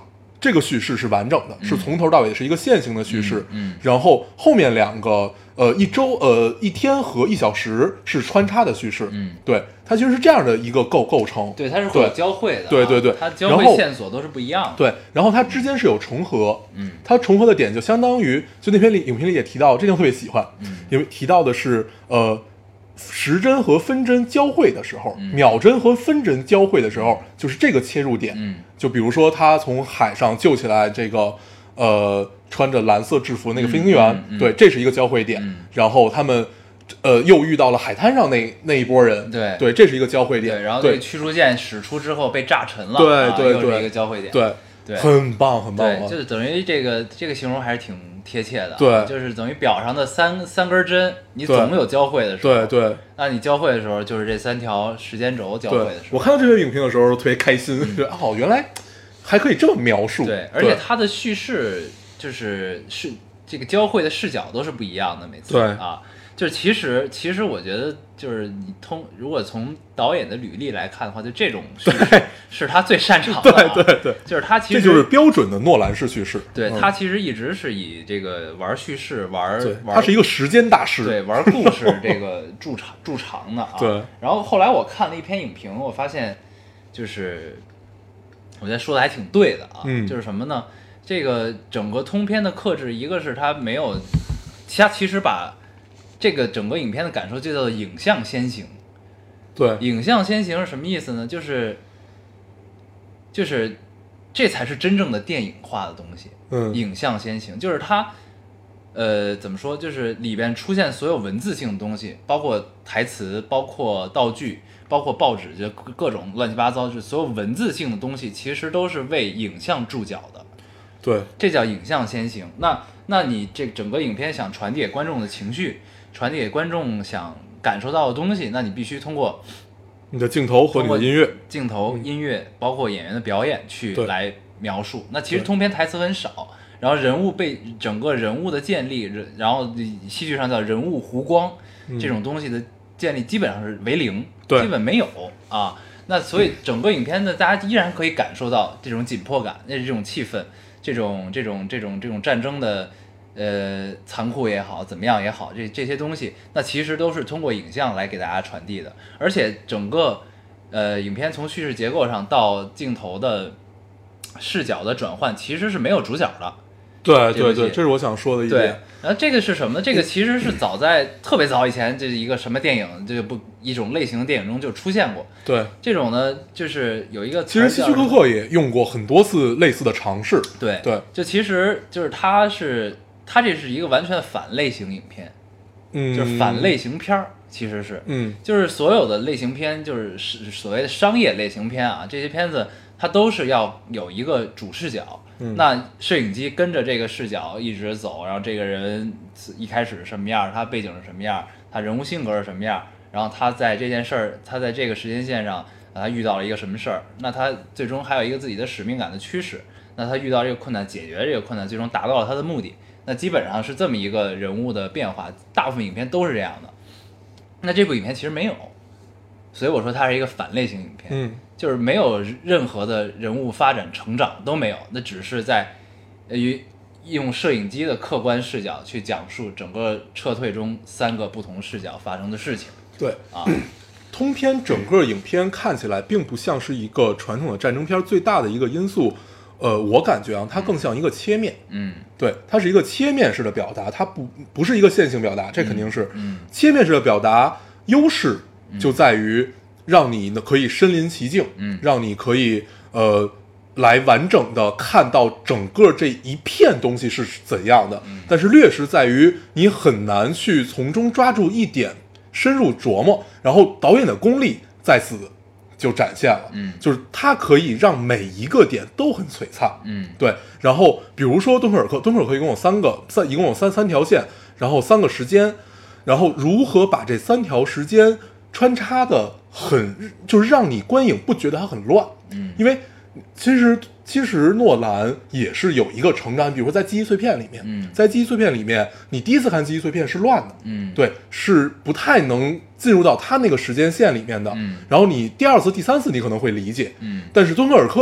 这个叙事是完整的， 嗯、 是从头到尾是一个线性的叙事， 嗯，嗯然后后面两个呃一周呃一天和一小时是穿插的叙事， 嗯， 对，它其实是这样的一个构构成， 对，它是会有交汇的、啊， 对对对， 它交汇线索都是不一样的， 对，然后它之间是有重合， 嗯， 它重合的点就相当于就那篇里影评里也提到，这点我特别喜欢， 嗯， 因为提到的是呃。时针和分针交汇的时候， 嗯、 秒针和分针交汇的时候，就是这个切入点。 嗯， 就比如说他从海上救起来这个呃穿着蓝色制服那个飞行员， 嗯嗯嗯、 对，这是一个交汇点。 嗯、 然后他们呃又遇到了海滩上那那一波人， 对对，这是一个交汇点。 对，然后这个驱逐舰使出之后被炸沉了， 对对对， 啊、又是一个交汇点。 对。 对， 很棒，很棒， 对，就是等于这个这个形容还是挺贴切的。 对， 就是等于表上的三三根针，你总有交汇的时候。 对对， 那你交汇的时候，就是这三条时间轴交汇的时候。 我看到这篇影评的时候特别开心，嗯、觉得哦，原来还可以这么描述。 对，而且它的叙事就是是这个交汇的视角都是不一样的，每次。 对啊。就是其实，其实我觉得，就是你通如果从导演的履历来看的话，就这种叙事是他最擅长的、啊。 对对对， 就是他其实这就是标准的诺兰式叙事。 对、 嗯、 他其实一直是以这个玩叙事玩玩， 他是一个时间大师， 对，玩故事这个驻场驻场的啊。 对。 然后后来我看了一篇影评，我发现就是我觉得说的还挺对的啊， 嗯、 就是什么呢？这个整个通篇的克制，一个是他没有，他其实把。这个整个影片的感受就叫做影像先行。 对， 影像先行是什么意思呢？就是就是这才是真正的电影化的东西。 嗯， 影像先行就是它，呃，怎么说？就是里边出现所有文字性的东西，包括台词，包括道具，包括报纸，就各种乱七八糟，就是所有文字性的东西，其实都是为影像注脚的。 对， 这叫影像先行。那那你这整个影片想传递给观众的情绪。传递给观众想感受到的东西，那你必须通过你的镜头和你的音乐、 镜头、音乐，包括演员的表演去来描述。那其实通篇台词很少，然后人物被整个人物的建立，然后戏剧上叫人物弧光、嗯、这种东西的建立基本上是为零，基本没有啊。那所以整个影片呢，大家依然可以感受到这种紧迫感，那是这种气氛，这种这种这种这种战争的。呃，残酷也好，怎么样也好，这这些东西，那其实都是通过影像来给大家传递的。而且整个呃影片从叙事结构上到镜头的视角的转换，其实是没有主角的。 对对对，这是我想说的一点。 对，然后这个是什么呢？这个其实是早在特别早以前，这是一个什么电影，这个不一种类型的电影中就出现过。 对， 这种呢，就是有一个其实希区柯克也用过很多次类似的尝试。 对对， 就其实就是他是。它这是一个完全的反类型影片， 嗯， 就是反类型片儿，其实是， 嗯， 就是所有的类型片，就是所谓的商业类型片啊，这些片子它都是要有一个主视角， 嗯， 那摄影机跟着这个视角一直走，然后这个人一开始是什么样，他背景是什么样，他人物性格是什么样，然后他在这件事儿，他在这个时间线上，他遇到了一个什么事儿，那他最终还有一个自己的使命感的驱使，那他遇到这个困难，解决这个困难，最终达到了他的目的。那基本上是这么一个人物的变化，大部分影片都是这样的。那这部影片其实没有，所以我说它是一个反类型影片， 嗯， 就是没有任何的人物发展成长都没有，那只是在呃用摄影机的客观视角去讲述整个撤退中三个不同视角发生的事情。 对啊， 通篇整个影片看起来并不像是一个传统的战争片，最大的一个因素。呃，我感觉啊，它更像一个切面， 嗯， 对，它是一个切面式的表达，它不不是一个线性表达，这肯定是， 嗯， 切面式的表达优势就在于让你呢可以身临其境， 嗯， 让你可以呃来完整的看到整个这一片东西是怎样的， 嗯， 但是劣势在于你很难去从中抓住一点深入琢磨，然后导演的功力在此就展现了， 嗯， 就是它可以让每一个点都很璀璨， 嗯， 对。然后比如说敦刻尔克，敦刻尔克一共有三个，三一共有三三条线，然后三个时间，然后如何把这三条时间穿插的很，就是让你观影不觉得它很乱， 嗯， 因为其实其实诺兰也是有一个成长，比如说在记忆碎片里面， 嗯， 在记忆碎片里面，你第一次看记忆碎片是乱的， 嗯， 对，是不太能进入到他那个时间线里面的， 嗯， 然后你第二次、第三次你可能会理解， 嗯， 但是敦刻尔克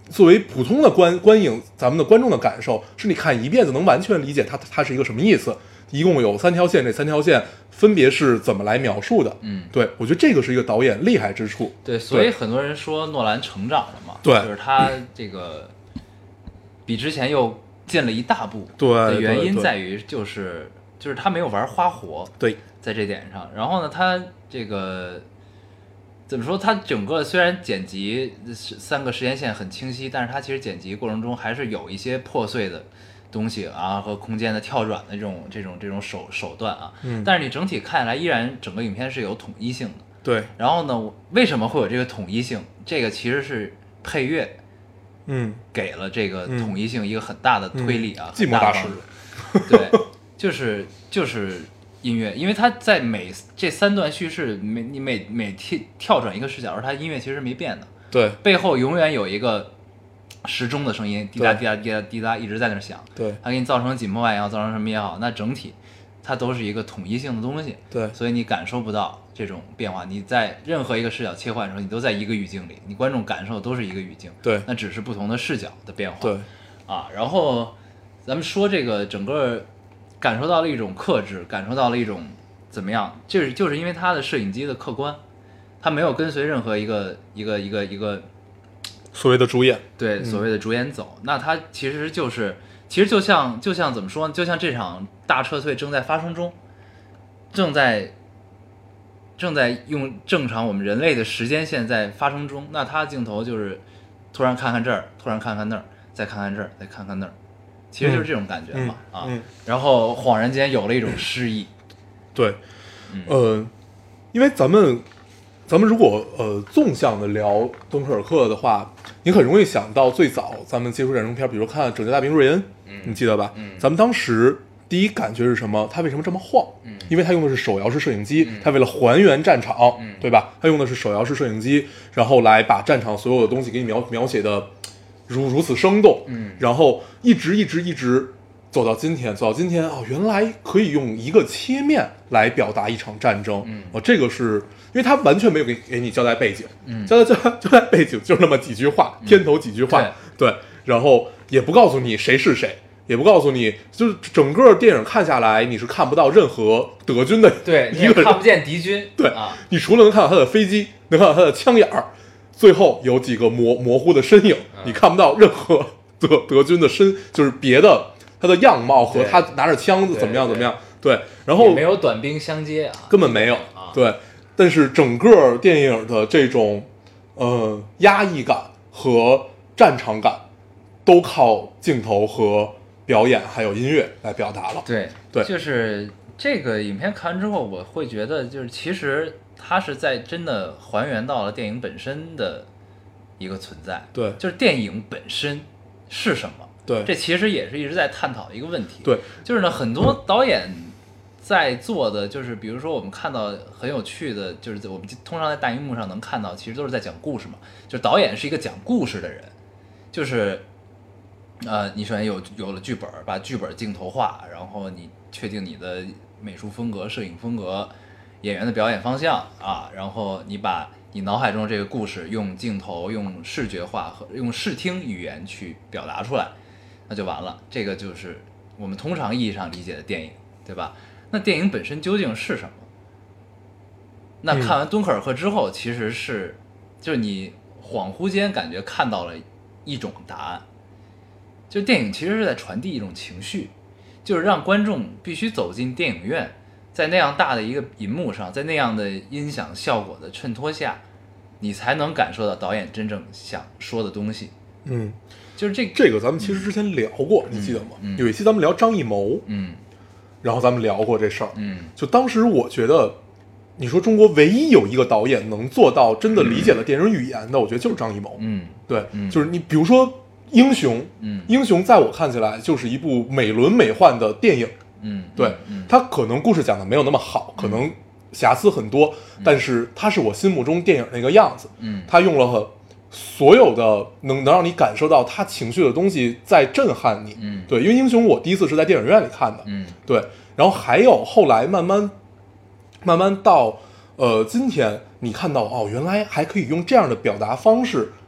作为普通的观观影，咱们的观众的感受是你看一遍就能完全理解它它是一个什么意思。一共有三条线，这三条线分别是怎么来描述的？嗯，对，我觉得这个是一个导演厉害之处。 对，所以很多人说诺兰成长了嘛， 对， 就是他这个比之前又进了一大步。 对， 的原因在于就是就是他没有玩花活。 对， 在这点上，然后呢，他这个怎么说？他整个虽然剪辑三个时间线很清晰，但是他其实剪辑过程中还是有一些破碎的东西啊和空间的跳转的这种这种这种手手段啊， 嗯， 但是你整体看下来依然整个影片是有统一性的。 对， 然后呢，为什么会有这个统一性？这个其实是配乐， 嗯， 给了这个统一性一个很大的推力啊， 寂寞大师， 对，就是就是音乐，因为它在每这三段叙事每你每每跳跳转一个视角，而它音乐其实是没变的， 对， 背后永远有一个时钟的声音，滴答滴答滴答滴答一直在那响， 对， 它给你造成紧迫感也好，造成什么也好，那整体它都是一个统一性的东西， 对， 所以你感受不到这种变化。你在任何一个视角切换的时候，你都在一个语境里，你观众感受的都是一个语境， 对， 那只是不同的视角的变化， 对， 啊，然后咱们说这个整个感受到了一种克制，感受到了一种怎么样，就是就是因为它的摄影机的客观，它没有跟随任何一个一个一个一个所谓的主演， 对所谓的主演走，嗯、那它其实就是其实就像就像怎么说呢？就像这场大撤退正在发生中，正在正在用正常我们人类的时间线在发生中，那它镜头就是突然看看这儿，突然看看那儿，再看看这儿，再看看那儿，其实就是这种感觉嘛、 嗯、 啊、 嗯， 然后恍然间有了一种诗意。 对， 嗯、 呃，因为咱们咱们如果呃纵向的聊敦刻尔克的话，你很容易想到最早咱们接触战争片，比如看《拯救大兵瑞恩》，嗯，你记得吧？嗯，咱们当时第一感觉是什么？他为什么这么晃？嗯，因为他用的是手摇式摄影机，嗯、他为了还原战场，嗯，对吧？他用的是手摇式摄影机，然后来把战场所有的东西给你描描写的如如此生动，嗯，然后一直一直一直走到今天，走到今天哦，原来可以用一个切面来表达一场战争，嗯，哦，这个是因为他完全没有给给你交代背景，嗯，交代交代交代背景就是那么几句话，嗯、片头几句话，对，对，然后也不告诉你谁是谁，也不告诉你，就是整个电影看下来，你是看不到任何德军的， 对，你也看不见敌军， 对啊， 你除了能看到他的飞机，能看到他的枪眼儿，最后有几个模模糊的身影，嗯、你看不到任何德德军的身，就是别的。他的样貌和他拿着枪子怎么样怎么样？对，对，然后没有短兵相接啊， 根本没有。啊、对，但是整个电影的这种呃压抑感和战场感，都靠镜头和表演还有音乐来表达了。 对对， 就是这个影片看完之后，我会觉得就是其实它是在真的还原到了电影本身的一个存在。 对， 就是电影本身是什么？ 对， 这其实也是一直在探讨的一个问题。 对， 就是呢，很多导演在做的，就是比如说我们看到很有趣的，就是我们通常在大荧幕上能看到，其实都是在讲故事嘛。就是导演是一个讲故事的人，就是呃，你首先有有了剧本，把剧本镜头化，然后你确定你的美术风格、摄影风格、演员的表演方向啊，然后你把你脑海中这个故事用镜头、用视觉化和用视听语言去表达出来。那就完了，这个就是我们通常意义上理解的电影，对吧？那电影本身究竟是什么？那看完敦刻尔克之后，其实是，就是你恍惚间感觉看到了一种答案，就电影其实是在传递一种情绪，就是让观众必须走进电影院，在那样大的一个银幕上，在那样的音响效果的衬托下，你才能感受到导演真正想说的东西。 嗯。 就是这这个咱们其实之前聊过，嗯、你记得吗？ 嗯、 有一期咱们聊张艺谋， 嗯， 然后咱们聊过这事儿， 嗯， 就当时我觉得，你说中国唯一有一个导演能做到真的理解了电影语言的，嗯、我觉得就是张艺谋， 嗯， 对， 嗯、 就是你比如说《英雄》， 嗯， 英雄在我看起来就是一部美轮美奂的电影， 嗯， 对， 嗯、 它可能故事讲的没有那么好，可能瑕疵很多，嗯、但是它是我心目中电影那个样子， 嗯， 它用了很。所有的能能让你感受到他情绪的东西在震撼你， 嗯， 对，因为英雄我第一次是在电影院里看的， 嗯， 对，然后还有后来慢慢慢慢到呃今天，你看到哦，原来还可以用这样的表达方式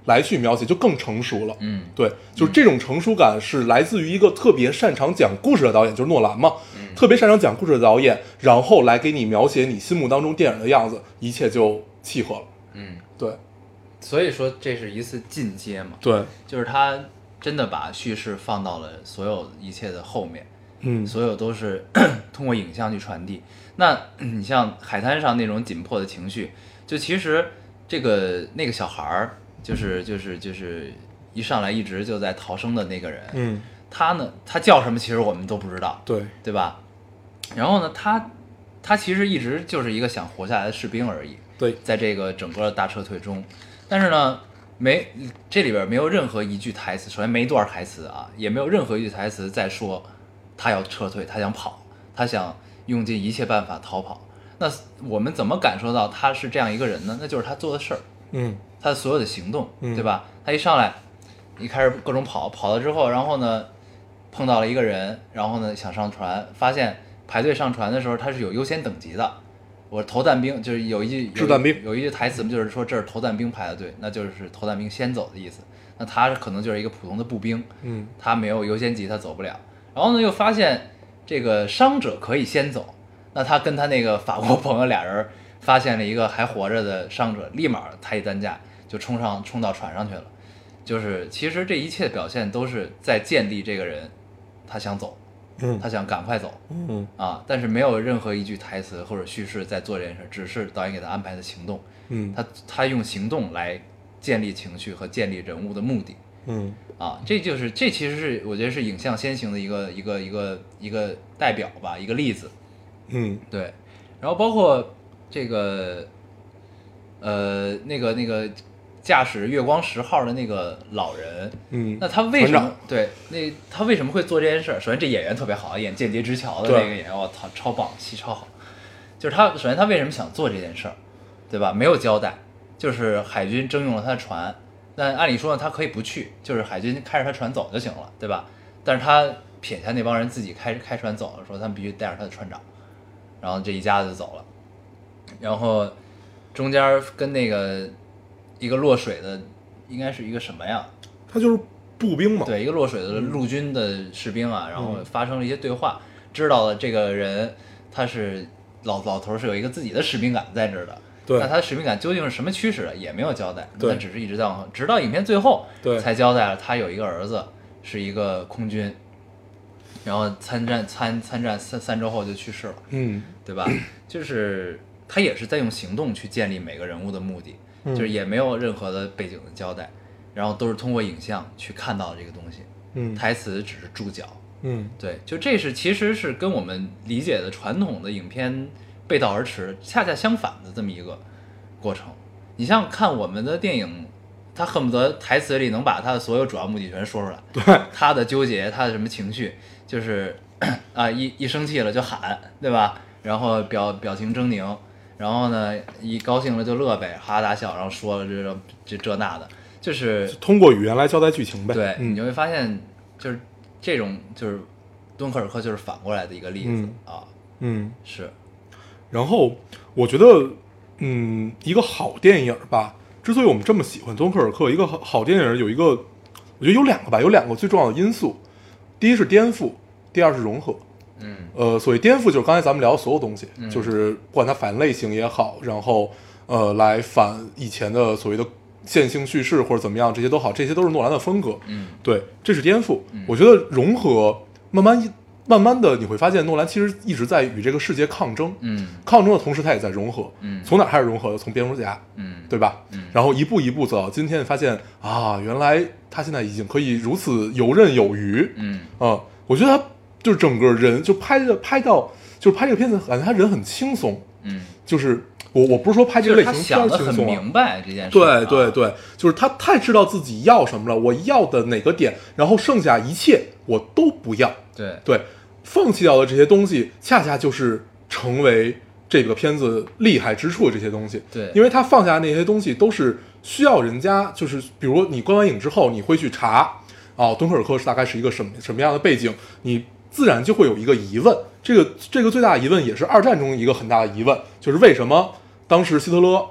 来去描写，就更成熟了。 嗯， 对，就是这种成熟感是来自于一个特别擅长讲故事的导演，就是诺兰嘛， 嗯、 特别擅长讲故事的导演，然后来给你描写你心目当中电影的样子，一切就契合了。 嗯， 对， 所以说这是一次进阶嘛。 对， 就是他真的把叙事放到了所有一切的后面， 嗯， 所有都是通过影像去传递。那你像海滩上那种紧迫的情绪，就其实这个那个小孩儿。就是就是就是一上来一直就在逃生的那个人， 嗯， 他呢，他叫什么其实我们都不知道， 对对吧？然后呢，他他其实一直就是一个想活下来的士兵而已， 对， 在这个整个大撤退中，但是呢，没这里边没有任何一句台词，首先没一段台词啊，也没有任何一句台词在说他要撤退，他想跑，他想用尽一切办法逃跑。那我们怎么感受到他是这样一个人呢？那就是他做的事儿， 嗯。 他的所有的行动， 嗯、 对吧？他一上来，一开始各种跑，跑了之后，然后呢，碰到了一个人，然后呢想上船，发现排队上船的时候他是有优先等级的。我投弹兵就是有一句掷弹兵有一句台词，就是说这是投弹兵排的队，那就是投弹兵先走的意思。那他可能就是一个普通的步兵， 嗯， 他没有优先级，他走不了。然后呢，又发现这个伤者可以先走，那他跟他那个法国朋友俩人发现了一个还活着的伤者，立马抬起担架。就冲上冲到船上去了，就是其实这一切表现都是在建立这个人，他想走， 嗯， 他想赶快走， 嗯啊，但是没有任何一句台词或者叙事在做这件事，只是导演给他安排的行动， 嗯， 他他用行动来建立情绪和建立人物的目的， 嗯， 啊，这就是这其实是我觉得是影像先行的一个一个一个一个代表吧，一个例子， 嗯， 对，然后包括这个，呃，那个那个。驾驶月光十号的那个老人， 嗯， 那他为什么对那他为什么会做这件事？首先，这演员特别好，演《间谍之桥》的那个演员，我操，超棒，戏超好。就是他，首先他为什么想做这件事儿，对吧？没有交代，就是海军征用了他的船，但按理说呢，他可以不去，就是海军开着他船走就行了，对吧？但是他撇下那帮人自己开开船走了，说他们必须带着他的船长，然后这一家子就走了，然后中间跟那个。一个落水的，应该是一个什么呀？ 他就是步兵嘛。 对，一个落水的陆军的士兵啊，嗯、然后发生了一些对话，知道了这个人他是老老头是有一个自己的使命感在这儿的。 对。 那他的使命感究竟是什么驱使的，也没有交代。 对。 他只是一直在往后，直到影片最后， 对， 才交代了他有一个儿子是一个空军，然后参战参参战三三周后就去世了。 嗯， 对吧？就是他也是在用行动去建立每个人物的目的。就是也没有任何的背景的交代，然后都是通过影像去看到这个东西， 嗯， 台词只是注脚， 嗯， 对，就这是其实是跟我们理解的传统的影片背道而驰，恰恰相反的这么一个过程。你像看我们的电影，他恨不得台词里能把他的所有主要目的全说出来， 对， 他的纠结，他的什么情绪，就是啊一一生气了就喊，对吧？然后表表情狰狞。然后呢，一高兴了就乐呗，哈哈大笑，然后说了这这这那的，就是通过语言来交代剧情呗。 对， 嗯、 你就会发现，就是这种就是敦刻尔克就是反过来的一个例子、 嗯、 啊。 嗯， 是。 然后我觉得，嗯，一个好电影吧，之所以我们这么喜欢敦刻尔克，一个好好电影有一个，我觉得有两个吧，有两个最重要的因素，第一是颠覆，第二是融合。 嗯， 呃，所谓颠覆就是刚才咱们聊的所有东西， 嗯、 就是不管它反类型也好，然后呃来反以前的所谓的线性叙事或者怎么样，这些都好，这些都是诺兰的风格。 嗯， 对，这是颠覆。 嗯、 我觉得融合慢慢慢慢的你会发现，诺兰其实一直在与这个世界抗争。 嗯， 抗争的同时，他也在融合。 嗯， 从哪开始融合的？从蝙蝠侠。 嗯， 对吧？ 嗯， 然后一步一步走到今天，发现啊，原来他现在已经可以如此游刃有余。 嗯， 啊、呃，我觉得他。就是整个人就拍的拍到，就是拍这个片子，感觉他人很轻松。 嗯， 就是我我不是说拍这个类型片轻松、啊，他想得很明白这件事。 对对对，就是他太知道自己要什么了，我要的哪个点，然后剩下一切我都不要。 对对，放弃掉的这些东西，恰恰就是成为这个片子厉害之处的这些东西。 对， 因为他放下那些东西都是需要人家，就是比如你观完影之后，你会去查啊，敦刻尔克是大概是一个什么什么样的背景，你。自然就会有一个疑问，这个这个最大的疑问也是二战中一个很大的疑问，就是为什么当时希特勒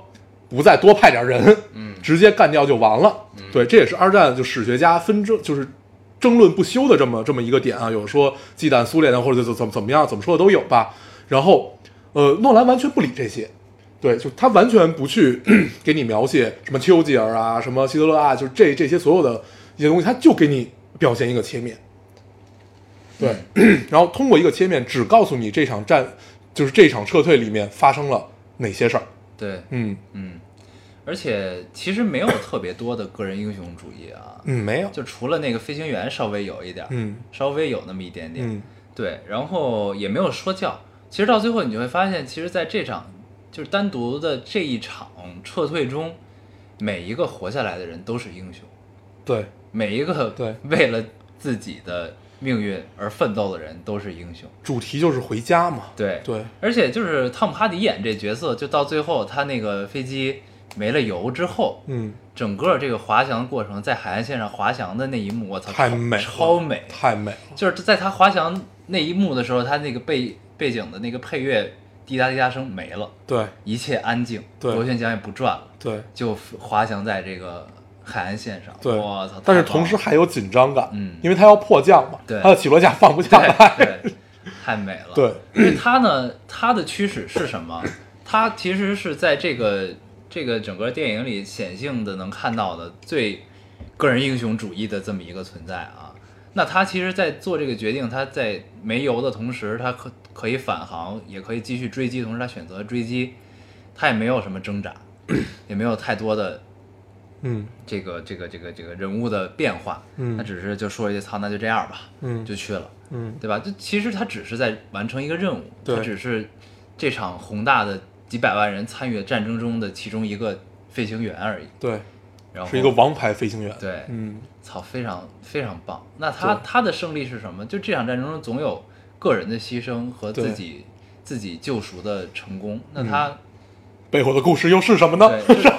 不再多派点人， 嗯， 直接干掉就完了。 嗯、 对，这也是二战就史学家纷争就是争论不休的这么这么一个点啊。有说忌惮苏联的，或者怎么怎么样，怎么说的都有吧。然后，呃，诺兰完全不理这些，对，就他完全不去给你描写什么丘吉尔啊，什么希特勒啊，就是这这些所有的一些东西，他就给你表现一个切面。对，嗯、然后通过一个切面，只告诉你这场战，就是这场撤退里面发生了哪些事儿。 对， 嗯嗯，而且其实没有特别多的个人英雄主义啊， 嗯，没有， 就除了那个飞行员稍微有一点， 嗯， 稍微有那么一点点， 嗯， 对，然后也没有说教。其实到最后你就会发现，其实在这场就是单独的这一场撤退中，每一个活下来的人都是英雄， 对， 每一个对为了自己的命运而奋斗的人都是英雄。 主题就是回家嘛。 对对， 而且就是汤姆哈迪演这角色，就到最后他那个飞机没了油之后， 嗯， 整个这个滑翔过程，在海岸线上滑翔的那一幕，我操， 太美了， 超美， 太美了。 就是在他滑翔那一幕的时候，他那个背背景的那个配乐滴答滴答声没了， 对， 一切安静， 对， 螺旋桨也不转了， 对， 就滑翔在这个海岸线上， 对， 我操！ 但是同时还有紧张感， 嗯， 因为他要迫降嘛， 对， 他的起落架放不下来， 对，太美了， 对， 因为他呢，他的驱使是什么？他其实是在这个这个整个电影里显性的能看到的最个人英雄主义的这么一个存在啊。那他其实，在做这个决定，他在没油的同时，他可可以返航，也可以继续追击，同时他选择追击，他也没有什么挣扎，也没有太多的， 嗯， 这个这个这个这个人物的变化， 嗯， 他只是就说一句“操，那就这样吧”， 嗯， 就去了， 嗯， 对吧？就其实他只是在完成一个任务， 对， 他只是这场宏大的几百万人参与战争中的其中一个飞行员而已， 对。 然后是一个王牌飞行员， 对， 嗯， 操，非常非常棒。那他他的胜利是什么？就这场战争中总有个人的牺牲和自己自己救赎的成功。那他、嗯、 背后的故事又是什么呢？ 对，就是、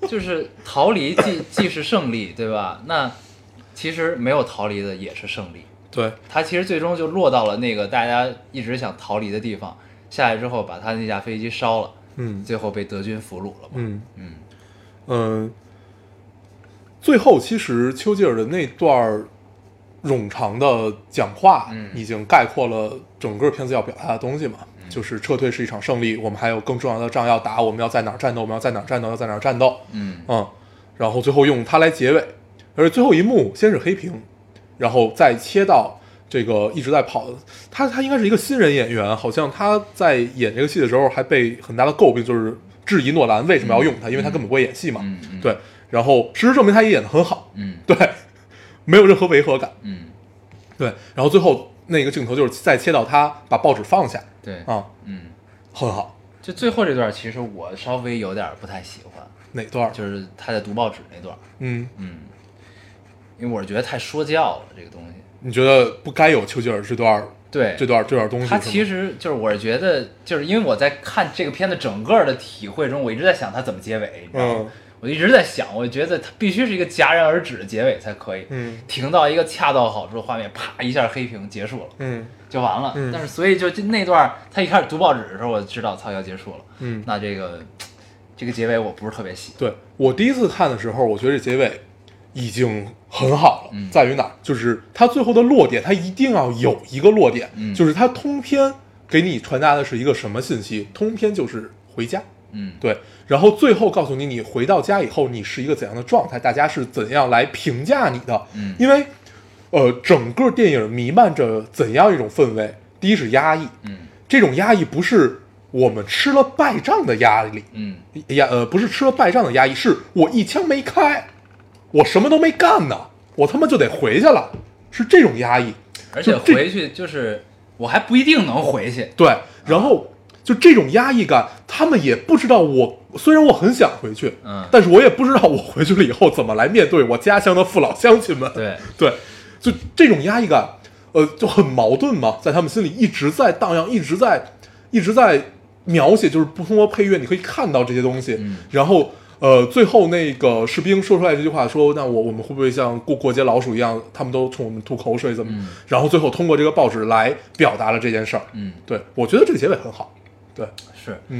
就是逃离既既是胜利，对吧？那其实没有逃离的也是胜利。 对， 他其实最终就落到了那个大家一直想逃离的地方，下来之后把他那架飞机烧了， 嗯， 最后被德军俘虏了嘛。 嗯嗯嗯。最后，其实丘吉尔的那段冗长的讲话， 嗯， 已经概括了整个片子要表达的东西嘛。 嗯、 就是撤退是一场胜利，我们还有更重要的仗要打，我们要在哪儿战斗，我们要在哪儿战斗，要在哪儿战斗。 嗯嗯，然后最后用它来结尾，而且最后一幕先是黑屏，然后再切到这个一直在跑的他，他应该是一个新人演员，好像他在演这个戏的时候还被很大的诟病，就是质疑诺兰为什么要用他， 嗯、 因为他根本不会演戏嘛。 嗯嗯、 对。然后事实证明他也演得很好， 嗯， 对，没有任何违和感， 嗯， 对。然后最后那个镜头就是再切到他把报纸放下， 对啊， 嗯， 很好。 就最后这段，其实我稍微有点不太喜欢。 哪段？ 就是他在读报纸那段。 嗯嗯，因为我觉得太说教了这个东西。 你觉得不该有丘吉尔这段？ 对， 这段这段东西， 他其实就是我是觉得，就是因为我在看这个片子整个的体会中，我一直在想他怎么结尾，你知道吗？ 嗯我一直在想，我觉得它必须是一个戛然而止的结尾才可以， 嗯， 停到一个恰到好处的画面，啪一下黑屏结束了， 嗯， 就完了。 嗯、 但是所以就那段他一开始读报纸的时候，我就知道操要结束了， 嗯， 那这个这个结尾我不是特别喜欢。 对，我第一次看的时候，我觉得这结尾已经很好了， 嗯、 在于哪儿？就是它最后的落点，它一定要有一个落点， 嗯、 就是它通篇给你传达的是一个什么信息？通篇就是回家。 嗯， 对，然后最后告诉你，你回到家以后，你是一个怎样的状态，大家是怎样来评价你的？ 嗯， 因为，呃，整个电影弥漫着怎样一种氛围？第一是压抑， 嗯， 这种压抑不是我们吃了败仗的压力， 嗯， 呀，呃，不是吃了败仗的压抑，是我一枪没开，我什么都没干呢，我他妈就得回去了，是这种压抑， 而且回去就是我还不一定能回去， 对，然后。就这种压抑感，他们也不知道我，虽然我很想回去， 嗯， 但是我也不知道我回去了以后怎么来面对我家乡的父老乡亲们。 对对，就这种压抑感，呃，就很矛盾嘛，在他们心里一直在荡漾，一直在一直在描写，就是不通过配乐你可以看到这些东西。 嗯， 然后呃，最后那个士兵说出来这句话说，那我我们会不会像过过街老鼠一样，他们都冲我们吐口水怎么？ 嗯、 然后最后通过这个报纸来表达了这件事儿。 嗯， 对，我觉得这个结尾很好。对， 是， 嗯，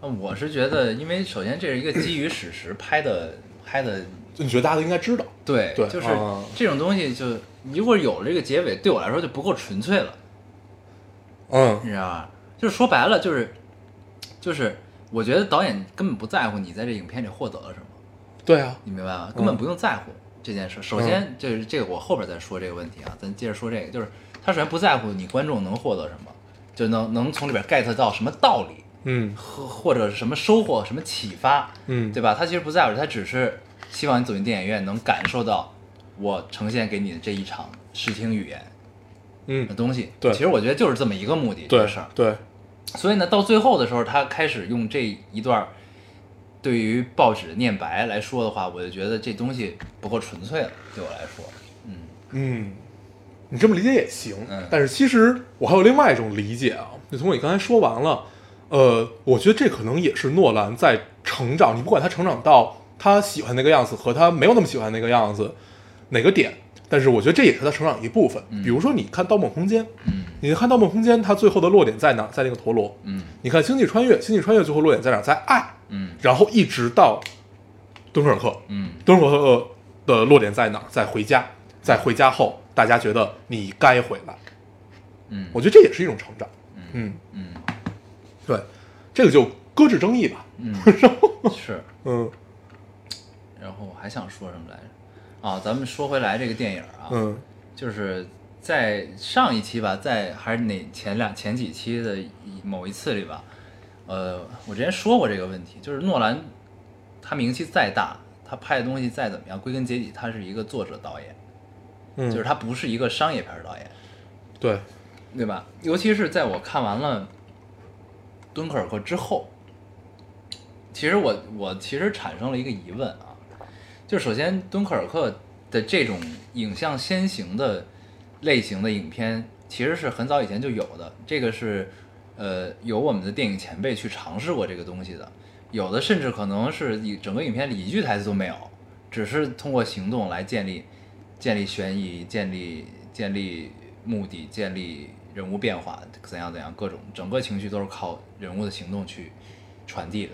我是觉得，因为首先这是一个基于史实拍的拍的， 你觉得大家都应该知道？ 对， 对就是啊这种东西就，如果有了这个结尾，对我来说就不够纯粹了， 嗯你知道吧？就是说白了，就是就是我觉得导演根本不在乎你在这影片里获得了什么， 对啊， 你明白吗？根本不用在乎这件事。首先，这是这个我后边再说这个问题啊，咱接着说这个，就是他首先不在乎你观众能获得什么，就能能从里边 get 到什么道理。 嗯或或者是什么收获、什么启发， 嗯对吧？他其实不在乎，他只是希望你走进电影院能感受到我呈现给你的这一场视听语言嗯的东西。 对其实我觉得就是这么一个目的，这对个事儿。 对， 所以呢，到最后的时候，他开始用这一段对于报纸的念白来说的话，我就觉得这东西不够纯粹了，对我来说。嗯嗯，你这么理解也行， 嗯但是其实我还有另外一种理解啊，就从你刚才说完了。呃，我觉得这可能也是诺兰在成长，你不管他成长到他喜欢那个样子和他没有那么喜欢那个样子哪个点，但是我觉得这也是他成长一部分。 嗯比如说你看《盗梦空间》， 嗯你看《盗梦空间》，它最后的落点在哪？在那个陀螺。 嗯你看《星际穿越》，《星际穿越》最后落点在哪？在爱。 嗯然后一直到敦刻尔克， 嗯敦刻尔克的落点在哪？在回家，在回家后，大家觉得你该回来。 嗯， 我觉得这也是一种成长。 嗯嗯， 嗯对，这个就搁置争议吧。 嗯是。 嗯然后我还想说什么来着？啊，咱们说回来这个电影啊， 嗯就是在上一期吧，在还是哪前两前几期的某一次里吧，呃，我之前说过这个问题，就是诺兰他名气再大，他拍的东西再怎么样，归根结底他是一个作者导演， 嗯， 就是他不是一个商业片导演， 对， 对吧？尤其是在我看完了敦刻尔克之后，其实我我其实产生了一个疑问啊，就首先敦刻尔克的这种影像先行的类型的影片，其实是很早以前就有的，这个是呃有我们的电影前辈去尝试过这个东西的，有的甚至可能是以整个影片里一句台词都没有，只是通过行动来建立建立悬疑，建立建立目的，建立人物变化，怎样怎样，各种整个情绪都是靠人物的行动去传递的。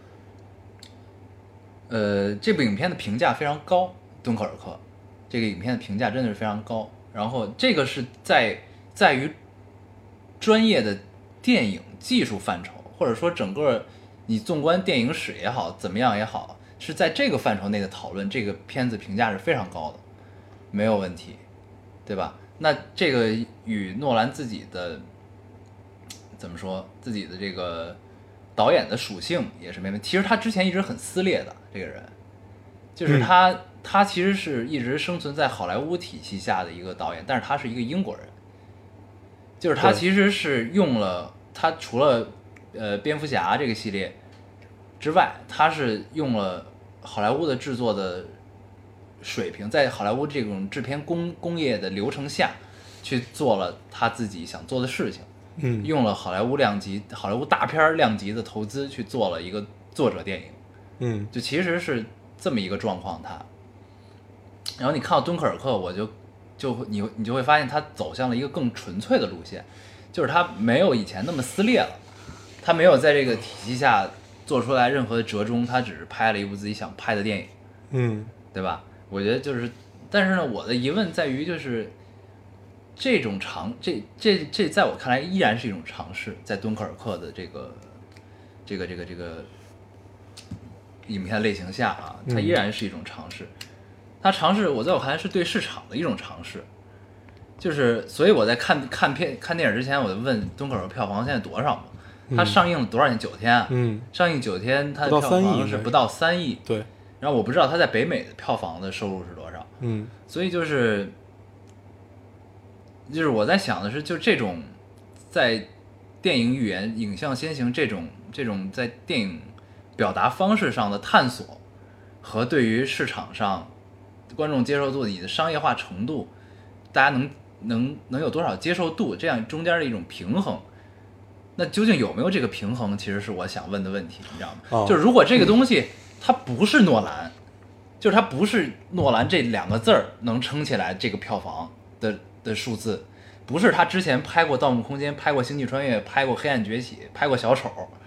呃，这部影片的评价非常高，敦刻尔克这个影片的评价真的是非常高。然后这个是在在于专业的电影技术范畴，或者说整个你纵观电影史也好，怎么样也好，是在这个范畴内的讨论，这个片子评价是非常高的，没有问题，对吧？那这个与诺兰自己的怎么说，自己的这个导演的属性也是没问题。其实他之前一直很撕裂的，这个人，就是他、嗯、他其实是一直生存在好莱坞体系下的一个导演，但是他是一个英国人，就是他其实是用了他除了呃蝙蝠侠这个系列之外，他是用了好莱坞的制作的水平，在好莱坞这种制片工工业的流程下去做了他自己想做的事情， 嗯， 用了好莱坞量级好莱坞大片量级的投资去做了一个作者电影， 嗯， 就其实是这么一个状况。他然后你看到敦刻尔克，我就就你你就会发现他走向了一个更纯粹的路线，就是他没有以前那么撕裂了，他没有在这个体系下做出来任何的折中，他只是拍了一部自己想拍的电影， 嗯， 对吧？我觉得就是，但是呢，我的疑问在于，就是这种尝，这这这，在我看来依然是一种尝试，在敦刻尔克的这个这个这个这个影片类型下啊，它依然是一种尝试。它尝试，我在我看来是对市场的一种尝试，就是所以我在看看片看电影之前，我就问敦刻尔克票房现在多少嘛？它上映了多少天？九天啊？嗯，上映九天，它的票房是不到三亿。 对。 然后我不知道他在北美的票房的收入是多少， 嗯， 所以就是就是我在想的是，就这种在电影语言、影像先行这种这种在电影表达方式上的探索，和对于市场上观众接受度、你的商业化程度，大家能能能有多少接受度，这样中间的一种平衡。那究竟有没有这个平衡，其实是我想问的问题，你知道吗？哦、就是如果这个东西。它不是诺兰，就是它不是诺兰这两个字儿能撑起来这个票房的的数字，不是他之前拍过《盗梦空间》、拍过《星际穿越》、拍过《黑暗崛起》、拍过《小丑》，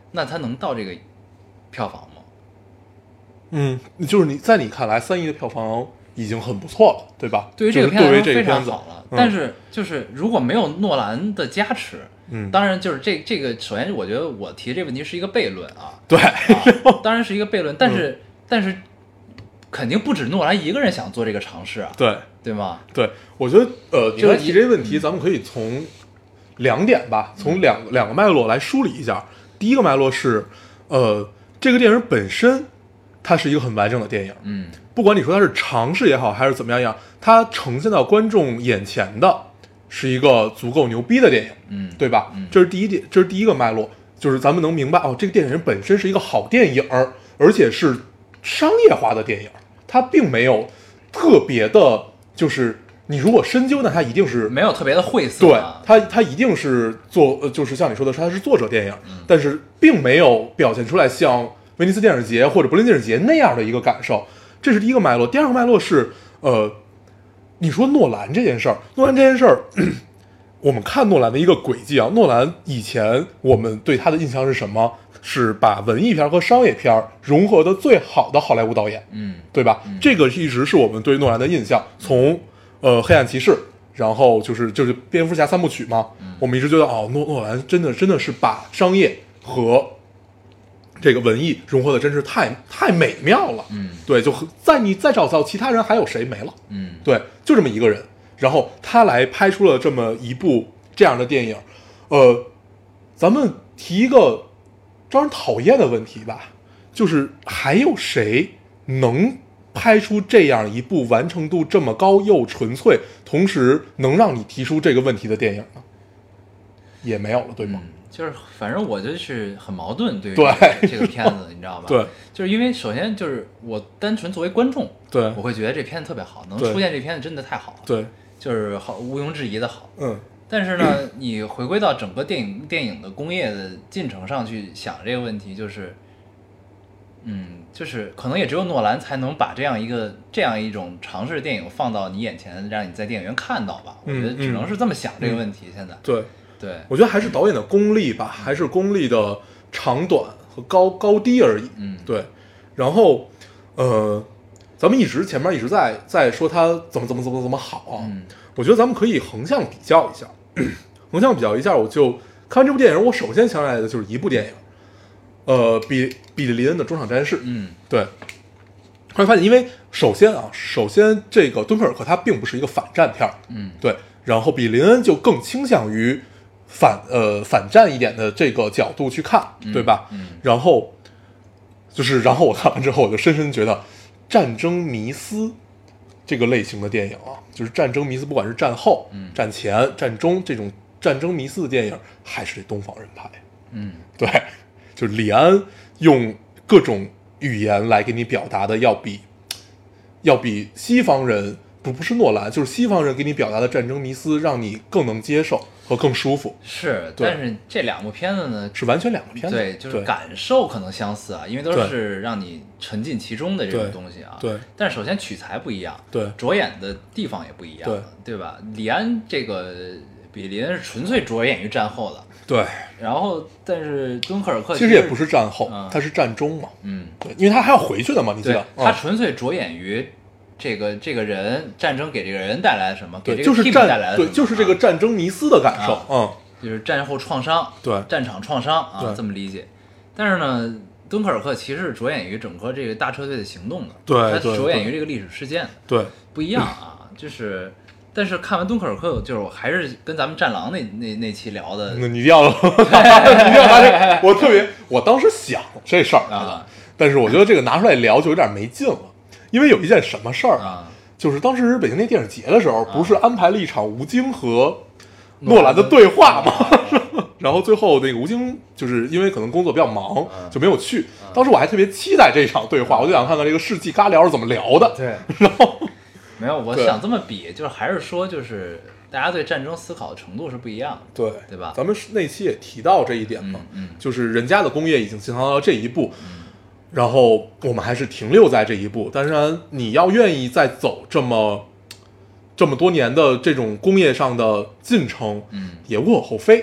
那它能到这个票房吗？ 嗯，就是你在你看来，三亿的票房已经很不错了，对吧？ 对于这个就是对于片子非这个片子常好了， 嗯、 但是就是如果没有诺兰的加持， 嗯， 当然就是这这个，首先我觉得我提这问题是一个悖论啊， 对， 啊当然是一个悖论，但是、嗯、但是肯定不止诺兰一个人想做这个尝试啊， 对对吗？ 对，我觉得呃，你就是来提这些问题，咱们可以从两点吧，从两个两个脉络来梳理一下。第一个脉络是，呃，这个电影本身它是一个很完整的电影， 嗯， 不管你说它是尝试也好，还是怎么样样，它呈现到观众眼前的是一个足够牛逼的电影， 嗯， 对吧？ 嗯， 这是第一点，这是第一个脉络，就是咱们能明白哦，这个电影本身是一个好电影，而且是商业化的电影，它并没有特别的，就是你如果深究呢，它一定是没有特别的晦涩、 啊，对，它它一定是做，呃，就是像你说的，它是作者电影， 嗯、 但是并没有表现出来像威尼斯电影节或者柏林电影节那样的一个感受，这是第一个脉络。第二个脉络是，呃，你说诺兰这件事儿，诺兰这件事儿，我们看诺兰的一个轨迹啊，诺兰以前我们对他的印象是什么？是把文艺片和商业片融合的最好的好莱坞导演， 嗯， 对吧？ 嗯、 这个一直是我们对诺兰的印象，从呃黑暗骑士，然后就是就是蝙蝠侠三部曲嘛， 嗯、 我们一直觉得哦，诺诺兰真的真的是把商业和这个文艺融合的真是太太美妙了， 嗯， 对，就在你再找到其他人还有谁没了， 嗯， 对，就这么一个人，然后他来拍出了这么一部这样的电影，呃，咱们提一个招人讨厌的问题吧，就是还有谁能拍出这样一部完成度这么高又纯粹，同时能让你提出这个问题的电影呢？也没有了，对吗？ 嗯、就是反正我就是很矛盾，对于、 这个、 对这个片子，你知道吧？ 对， 就是因为首先就是我单纯作为观众， 对， 我会觉得这片子特别好，能出现这片子真的太好了， 对， 就是好毋庸置疑的好， 嗯。 但是呢，你回归到整个电影电影的工业的进程上去想这个问题，就是，嗯，就是可能也只有诺兰才能把这样一个这样一种尝试电影放到你眼前，让你在电影院看到吧。我觉得只能是这么想这个问题。嗯、现在， 对对， 我觉得还是导演的功力吧，还是功力的长短和高高低而已。 嗯， 对。然后，呃，咱们一直前面一直在在说他怎么怎么怎么怎么好啊。 嗯， 我觉得咱们可以横向比较一下。横向比较一下，我就看完这部电影，我首先想起来的就是一部电影，呃，比比利林恩的《中场战事》。 嗯， 对。后来发现，因为首先啊，首先这个敦刻尔克它并不是一个反战片， 嗯， 对。然后比利林恩就更倾向于反呃反战一点的这个角度去看，对吧？ 嗯。嗯然后就是，然后我看完之后，我就深深觉得战争迷思这个类型的电影啊，就是战争迷思，不管是战后、 嗯、 战前、战中这种战争迷思的电影，还是得东方人拍。 嗯， 对，就是李安用各种语言来给你表达的，要比要比西方人不不是诺兰，就是西方人给你表达的战争迷思，让你更能接受和更舒服。 是，但是这两部片子呢， 是完全两个片子。 对，就是感受可能相似啊，因为都是让你沉浸其中的这种东西啊。 对。 但是首先取材不一样， 对， 着眼的地方也不一样，对，对吧？李安这个比利恩是纯粹着眼于战后的， 对。 然后，但是敦刻尔克其实也不是战后， 嗯、 他是战中嘛。 嗯， 对，因为他还要回去的嘛，你记得？ 他纯粹着眼于。这个这个人战争给这个人带来了什么？给这个 team 带来了什么？ 对，就是这个战争迷思的感受，嗯， 就是战后创伤， 对， 战场创伤啊，这么理解。但是呢，敦刻尔克其实是着眼于整个这个大撤退的行动的， 对， 它着眼于这个历史事件的， 对， 不一样啊。就是，但是看完敦刻尔克，就是我还是跟咱们战狼那那那期聊的， 那你一定要，你一定要拿这，我特别，我当时想这事儿啊， 但是我觉得这个拿出来聊就有点没劲了。因为有一件什么事儿啊， 就是当时北京那电影节的时候，不是安排了一场吴京和诺兰的对话吗？然后最后那个吴京就是因为可能工作比较忙，就没有去。当时我还特别期待这场对话，我就想看看这个世纪尬聊是怎么聊的。 对， 然后没有，我想这么比，就是还是说，就是大家对战争思考的程度是不一样的， 对， 对吧？ 咱们那期也提到这一点嘛， 嗯， 就是人家的工业已经进行到这一步。然后我们还是停留在这一步，当然你要愿意再走这么这么多年的这种工业上的进程， 嗯， 也无可厚非。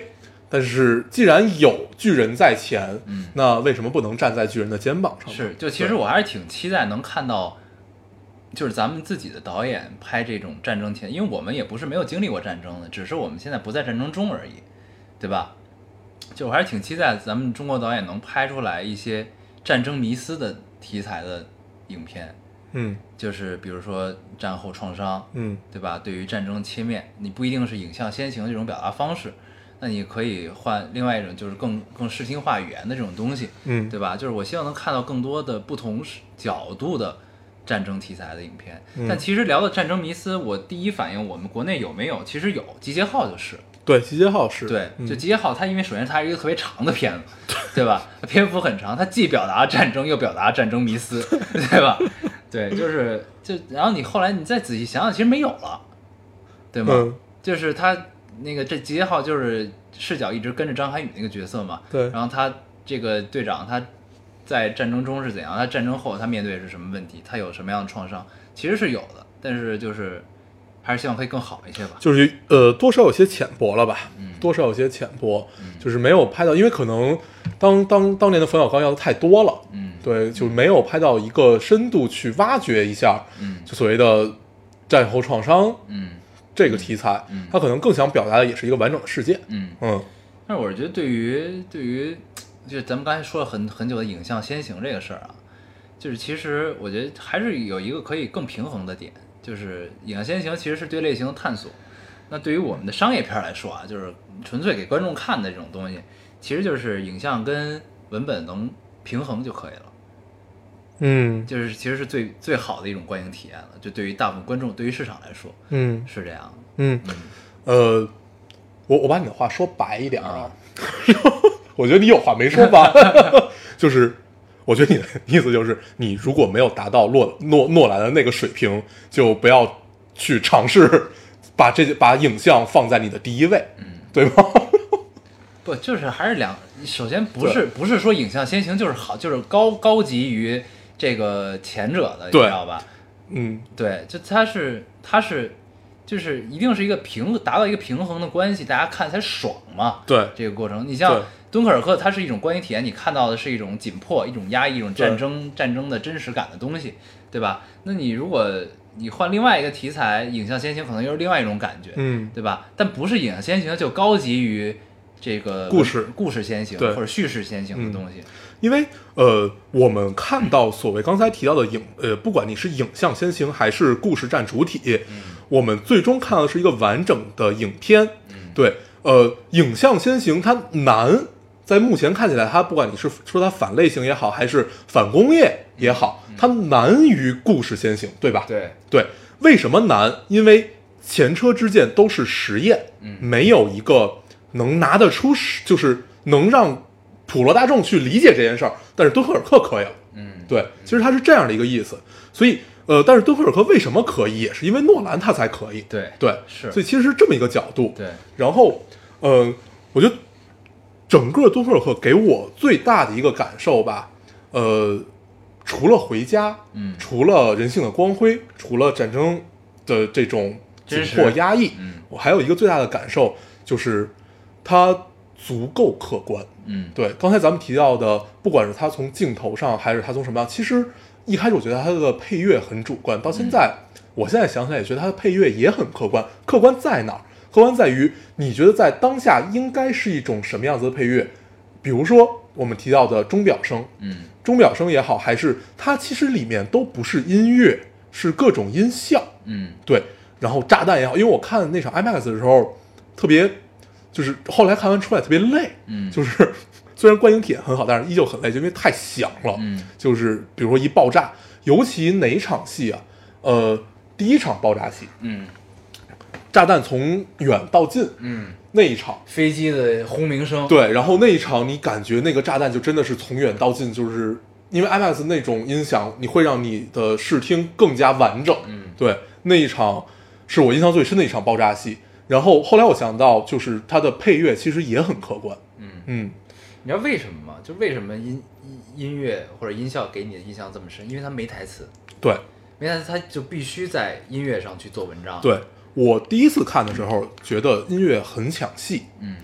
但是既然有巨人在前， 嗯， 那为什么不能站在巨人的肩膀上呢？ 是，就其实我还是挺期待能看到，就是咱们自己的导演拍这种战争片，因为我们也不是没有经历过战争的，只是我们现在不在战争中而已，对吧？就我还是挺期待咱们中国导演能拍出来一些战争迷思的题材的影片， 嗯， 就是比如说战后创伤， 嗯， 对吧？对于战争切面，你不一定是影像先行这种表达方式，那你可以换另外一种，就是更更视听化语言的这种东西， 嗯， 对吧？就是我希望能看到更多的不同角度的战争题材的影片。 嗯、 但其实聊到战争迷思，我第一反应我们国内有没有？其实有，《集结号》就是。 对，《集结号》是对， 嗯、 就《集结号》，它因为首先它是一个特别长的片子，对吧？它篇幅很长，它既表达战争，又表达战争迷思，对吧？对，就是就然后你后来你再仔细想想，其实没有了，对吗？ 嗯、 就是他那个这集结号就是视角一直跟着张涵予那个角色嘛， 对， 然后他这个队长他在战争中是怎样，他战争后他面对的是什么问题，他有什么样的创伤，其实是有的，但是就是还是希望可以更好一些吧， 就是呃多少有些浅薄了吧， 嗯， 多少有些浅薄， 嗯， 就是没有拍到，因为可能当当当年的冯小刚要的太多了， 嗯， 对，就没有拍到一个深度去挖掘一下， 嗯， 就所谓的战后创伤， 嗯， 这个题材， 嗯， 他可能更想表达的也是一个完整的事件， 嗯嗯， 但是我觉得对于对于就是咱们刚才说了很很久的影像先行这个事儿啊，就是其实我觉得还是有一个可以更平衡的点，就是影像先行其实是对类型的探索，那对于我们的商业片来说啊，就是纯粹给观众看的这种东西，其实就是影像跟文本能平衡就可以了， 嗯， 就是其实是最最好的一种观影体验了，就对于大部分观众，对于市场来说， 嗯， 是这样， 嗯， 嗯， 呃，我我把你的话说白一点啊， 我觉得你有话没说完，就是我觉得你的意思就是，你如果没有达到诺诺诺兰的那个水平，就不要去尝试把这把影像放在你的第一位， 嗯， 对吗？ 不，就是还是两，首先不是不是说影像先行就是好，就是高高级于这个前者的，你知道吧？ 嗯， 对，就它是它是就是一定是一个平达到一个平衡的关系，大家看才爽嘛。 对， 这个过程，你像敦刻尔克，它是一种观影体验，你看到的是一种紧迫、一种压抑、一种战争战争的真实感的东西，对吧？那你如果你换另外一个题材，影像先行可能又是另外一种感觉， 嗯， 对吧？但不是影像先行就高级于这个故事故事先行或者叙事先行的东西。 因为呃，我们看到所谓刚才提到的影呃，不管你是影像先行还是故事占主体， 嗯， 我们最终看到的是一个完整的影片。 嗯， 对，呃，影像先行它难，在目前看起来，它不管你是说它反类型也好，还是反工业也好， 嗯， 它难于故事先行，对吧？ 对对，为什么难？因为前车之鉴都是实验， 嗯，没有一个能拿得出，就是能让普罗大众去理解这件事儿，但是敦刻尔克可以了， 嗯， 对，其实它是这样的一个意思，所以呃，但是敦刻尔克为什么可以，也是因为诺兰他才可以， 对对， 是， 所以其实是这么一个角度， 对， 然后呃，我觉得整个敦刻尔克给我最大的一个感受吧，呃，除了回家， 嗯， 除了人性的光辉，除了战争的这种紧迫压抑， 嗯， 我还有一个最大的感受就是它足够客观， 嗯， 对，刚才咱们提到的，不管是它从镜头上，还是它从什么样，其实一开始我觉得它的配乐很主观，到现在，嗯，我现在想起来也觉得它的配乐也很客观。客观在哪儿？客观在于你觉得在当下应该是一种什么样子的配乐？比如说我们提到的钟表声， 嗯， 钟表声也好，还是它其实里面都不是音乐，是各种音效， 嗯， 对。然后炸弹也好，因为我看那场 IMAX 的时候，特别就是后来看完出来特别累， 嗯， 就是虽然观影体验很好，但是依旧很累，就因为太响了， 嗯， 就是比如说一爆炸，尤其哪一场戏啊，呃，第一场爆炸戏， 嗯， 炸弹从远到近， 嗯， 那一场飞机的轰鸣声， 对，然后那一场你感觉那个炸弹就真的是从远到近，就是因为 IMAX 那种音响，你会让你的视听更加完整， 嗯，对， 那一场是我印象最深的一场爆炸戏。然后后来我想到，就是它的配乐其实也很客观， 嗯嗯， 你知道为什么吗？就为什么音音音乐或者音效给你的印象这么深？因为它没台词， 对， 没台词，它就必须在音乐上去做文章。 对，我第一次看的时候觉得音乐很抢戏， 嗯，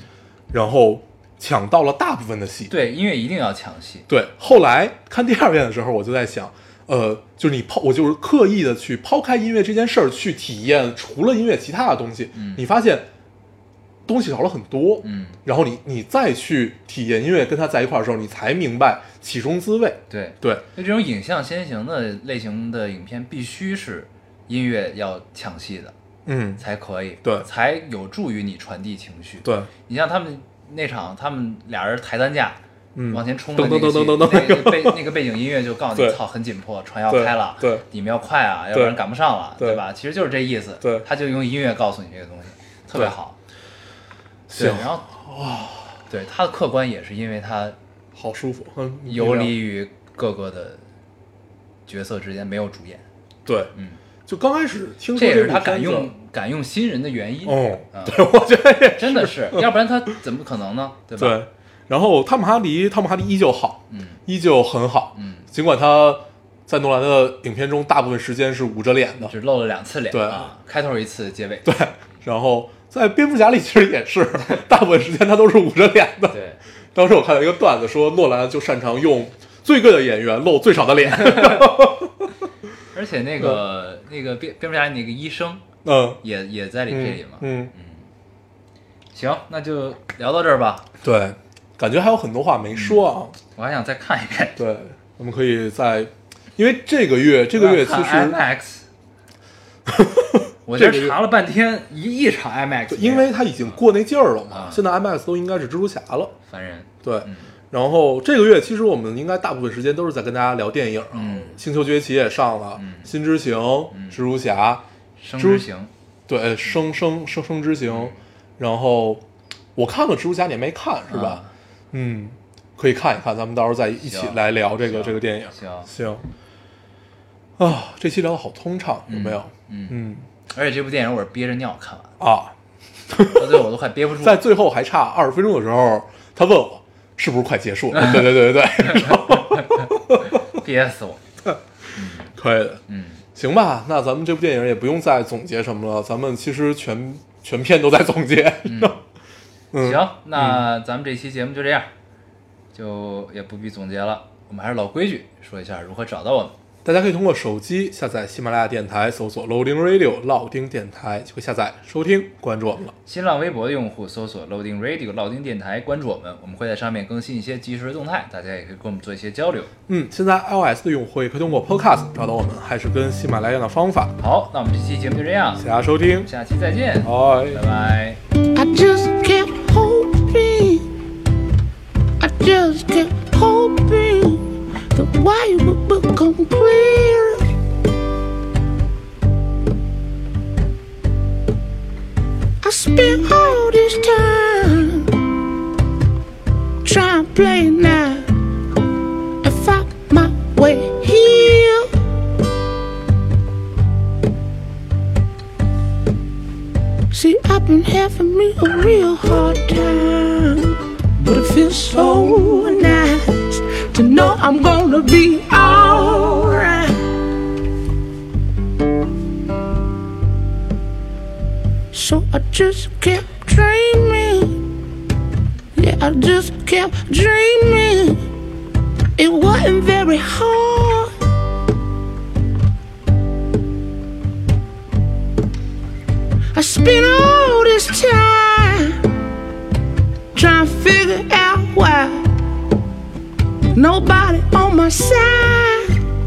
然后抢到了大部分的戏。 对，音乐一定要抢戏。 对，后来看第二遍的时候，我就在想，呃，就是你抛，我就是刻意的去抛开音乐这件事儿，去体验除了音乐其他的东西。 嗯， 你发现东西少了很多。 嗯， 然后你你再去体验音乐，跟它在一块儿的时候，你才明白其中滋味。 对对， 就这种影像先行的类型的影片，必须是音乐要抢戏的， 嗯， 才可以， 对， 才有助于你传递情绪。 对， 你像他们那场，他们俩人抬担架。 嗯， 往前冲的那个戏， 噔噔噔噔噔那个背那个背景音乐就告诉你，操，很紧迫，船要开了， 对， 你们要快啊，要不然赶不上了，对吧？其实就是这意思。 对， 他就用音乐告诉你这个东西，特别好。对，然后哇，对他的客观也是因为他好舒服，嗯， 游离于各个的角色之间，没有主演。 对， 嗯， 就刚开始听说这也是他敢用敢用新人的原因。 哦，对，我觉得也真的是，要不然他怎么可能呢？对吧？ 对。然后汤姆哈迪，汤姆哈迪依旧好， 嗯， 依旧很好， 嗯， 尽管他在诺兰的影片中大部分时间是捂着脸的， 只露了两次脸， 对啊，开头一次，结尾， 对，然后在蝙蝠侠里其实也是，大部分时间他都是捂着脸的， 对。 当时我看到一个段子说，诺兰就擅长用最贵的演员露最少的脸， 而且那个、嗯、那个蝙蝙蝠侠那个医生， 嗯， 也也在里这里嘛， 嗯 嗯, 嗯， 行，那就聊到这儿吧。 对。感觉还有很多话没说啊、嗯， 我还想再看一遍。 对，我们可以再，因为这个月这个月其实 IMAX， 我这查了半天，一一场 IMAX， 因为它已经过那劲儿了嘛、 啊， 现在 IMAX 都应该是蜘蛛侠了， 烦人。 对、 嗯， 然后这个月其实我们应该大部分时间都是在跟大家聊电影， 嗯， 星球崛起也上了， 嗯， 新之行， 嗯、 蜘蛛侠， 生之行， 对，生生生生之行、嗯，然后我看了蜘蛛侠，你没看是吧？啊、嗯。可以看一看，咱们到时候再一起来聊这个这个电影。 行行啊，这期聊的好通畅，有没有？ 嗯嗯, 嗯。 而且这部电影我是憋着尿看完啊， 到最后我都快憋不住。 在最后还差二十分钟的时候，他问我是不是快结束了？对对对对对，憋死我。 嗯，可以的。 嗯， 行吧，那咱们这部电影也不用再总结什么了，咱们其实全全片都在总结。 嗯嗯、 行，那咱们这期节目就这样。就也不必总结了，我们还是老规矩，说一下如何找到我们。 大家可以通过手机下载喜马拉雅电台，搜索 Loading Radio 老丁电台，就会下载收听，关注我们了。 新浪微博的用户搜索 Loading Radio 老丁电台，关注我们，我们会在上面更新一些即时的动态，大家也可以跟我们做一些交流。 嗯，现在 iOS 的用户也可以通过 Podcast 找到我们，还是跟喜马拉雅的方法。 好，那我们这期节目就这样， 谢谢大家收听， 下期再见， 拜拜。 I just kept hoping, I just kept hoping the way would become clear. I spent all this time trying to play now and find my way here. See, I've been having me a real hard time, but it feels so nice to know I'm gonna be alright. So I just kept dreaming, yeah, I just kept dreaming. It wasn't very hard. I spent all this time trying to figure out why nobody on my side.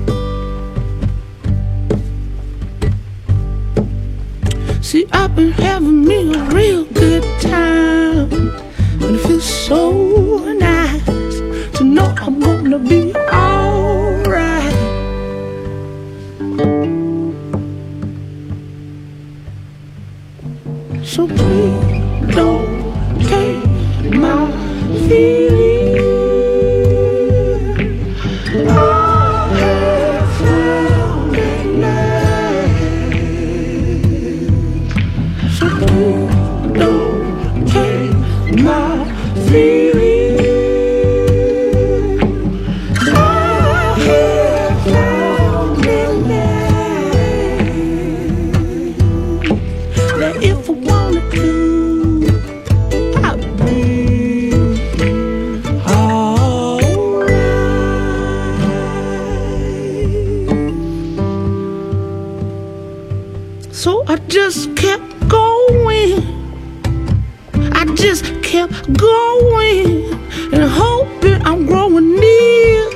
See, I've been having me a real good time, and it feels so nice to know I'm gonna be alright. So please don't take my feelings. I have found it now. So please don't take my feelings. I have found it now. That if I wanted to, I'd be going and hoping I'm growing near.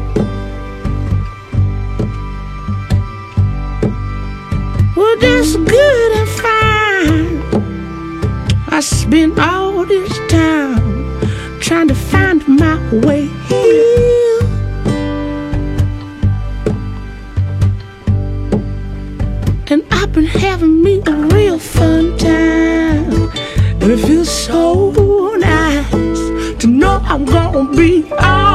Well, that's good and fine. I spent all this time trying to find my way here. And I've been having me a real fun time. And it feels so nice to know I'm gonna be all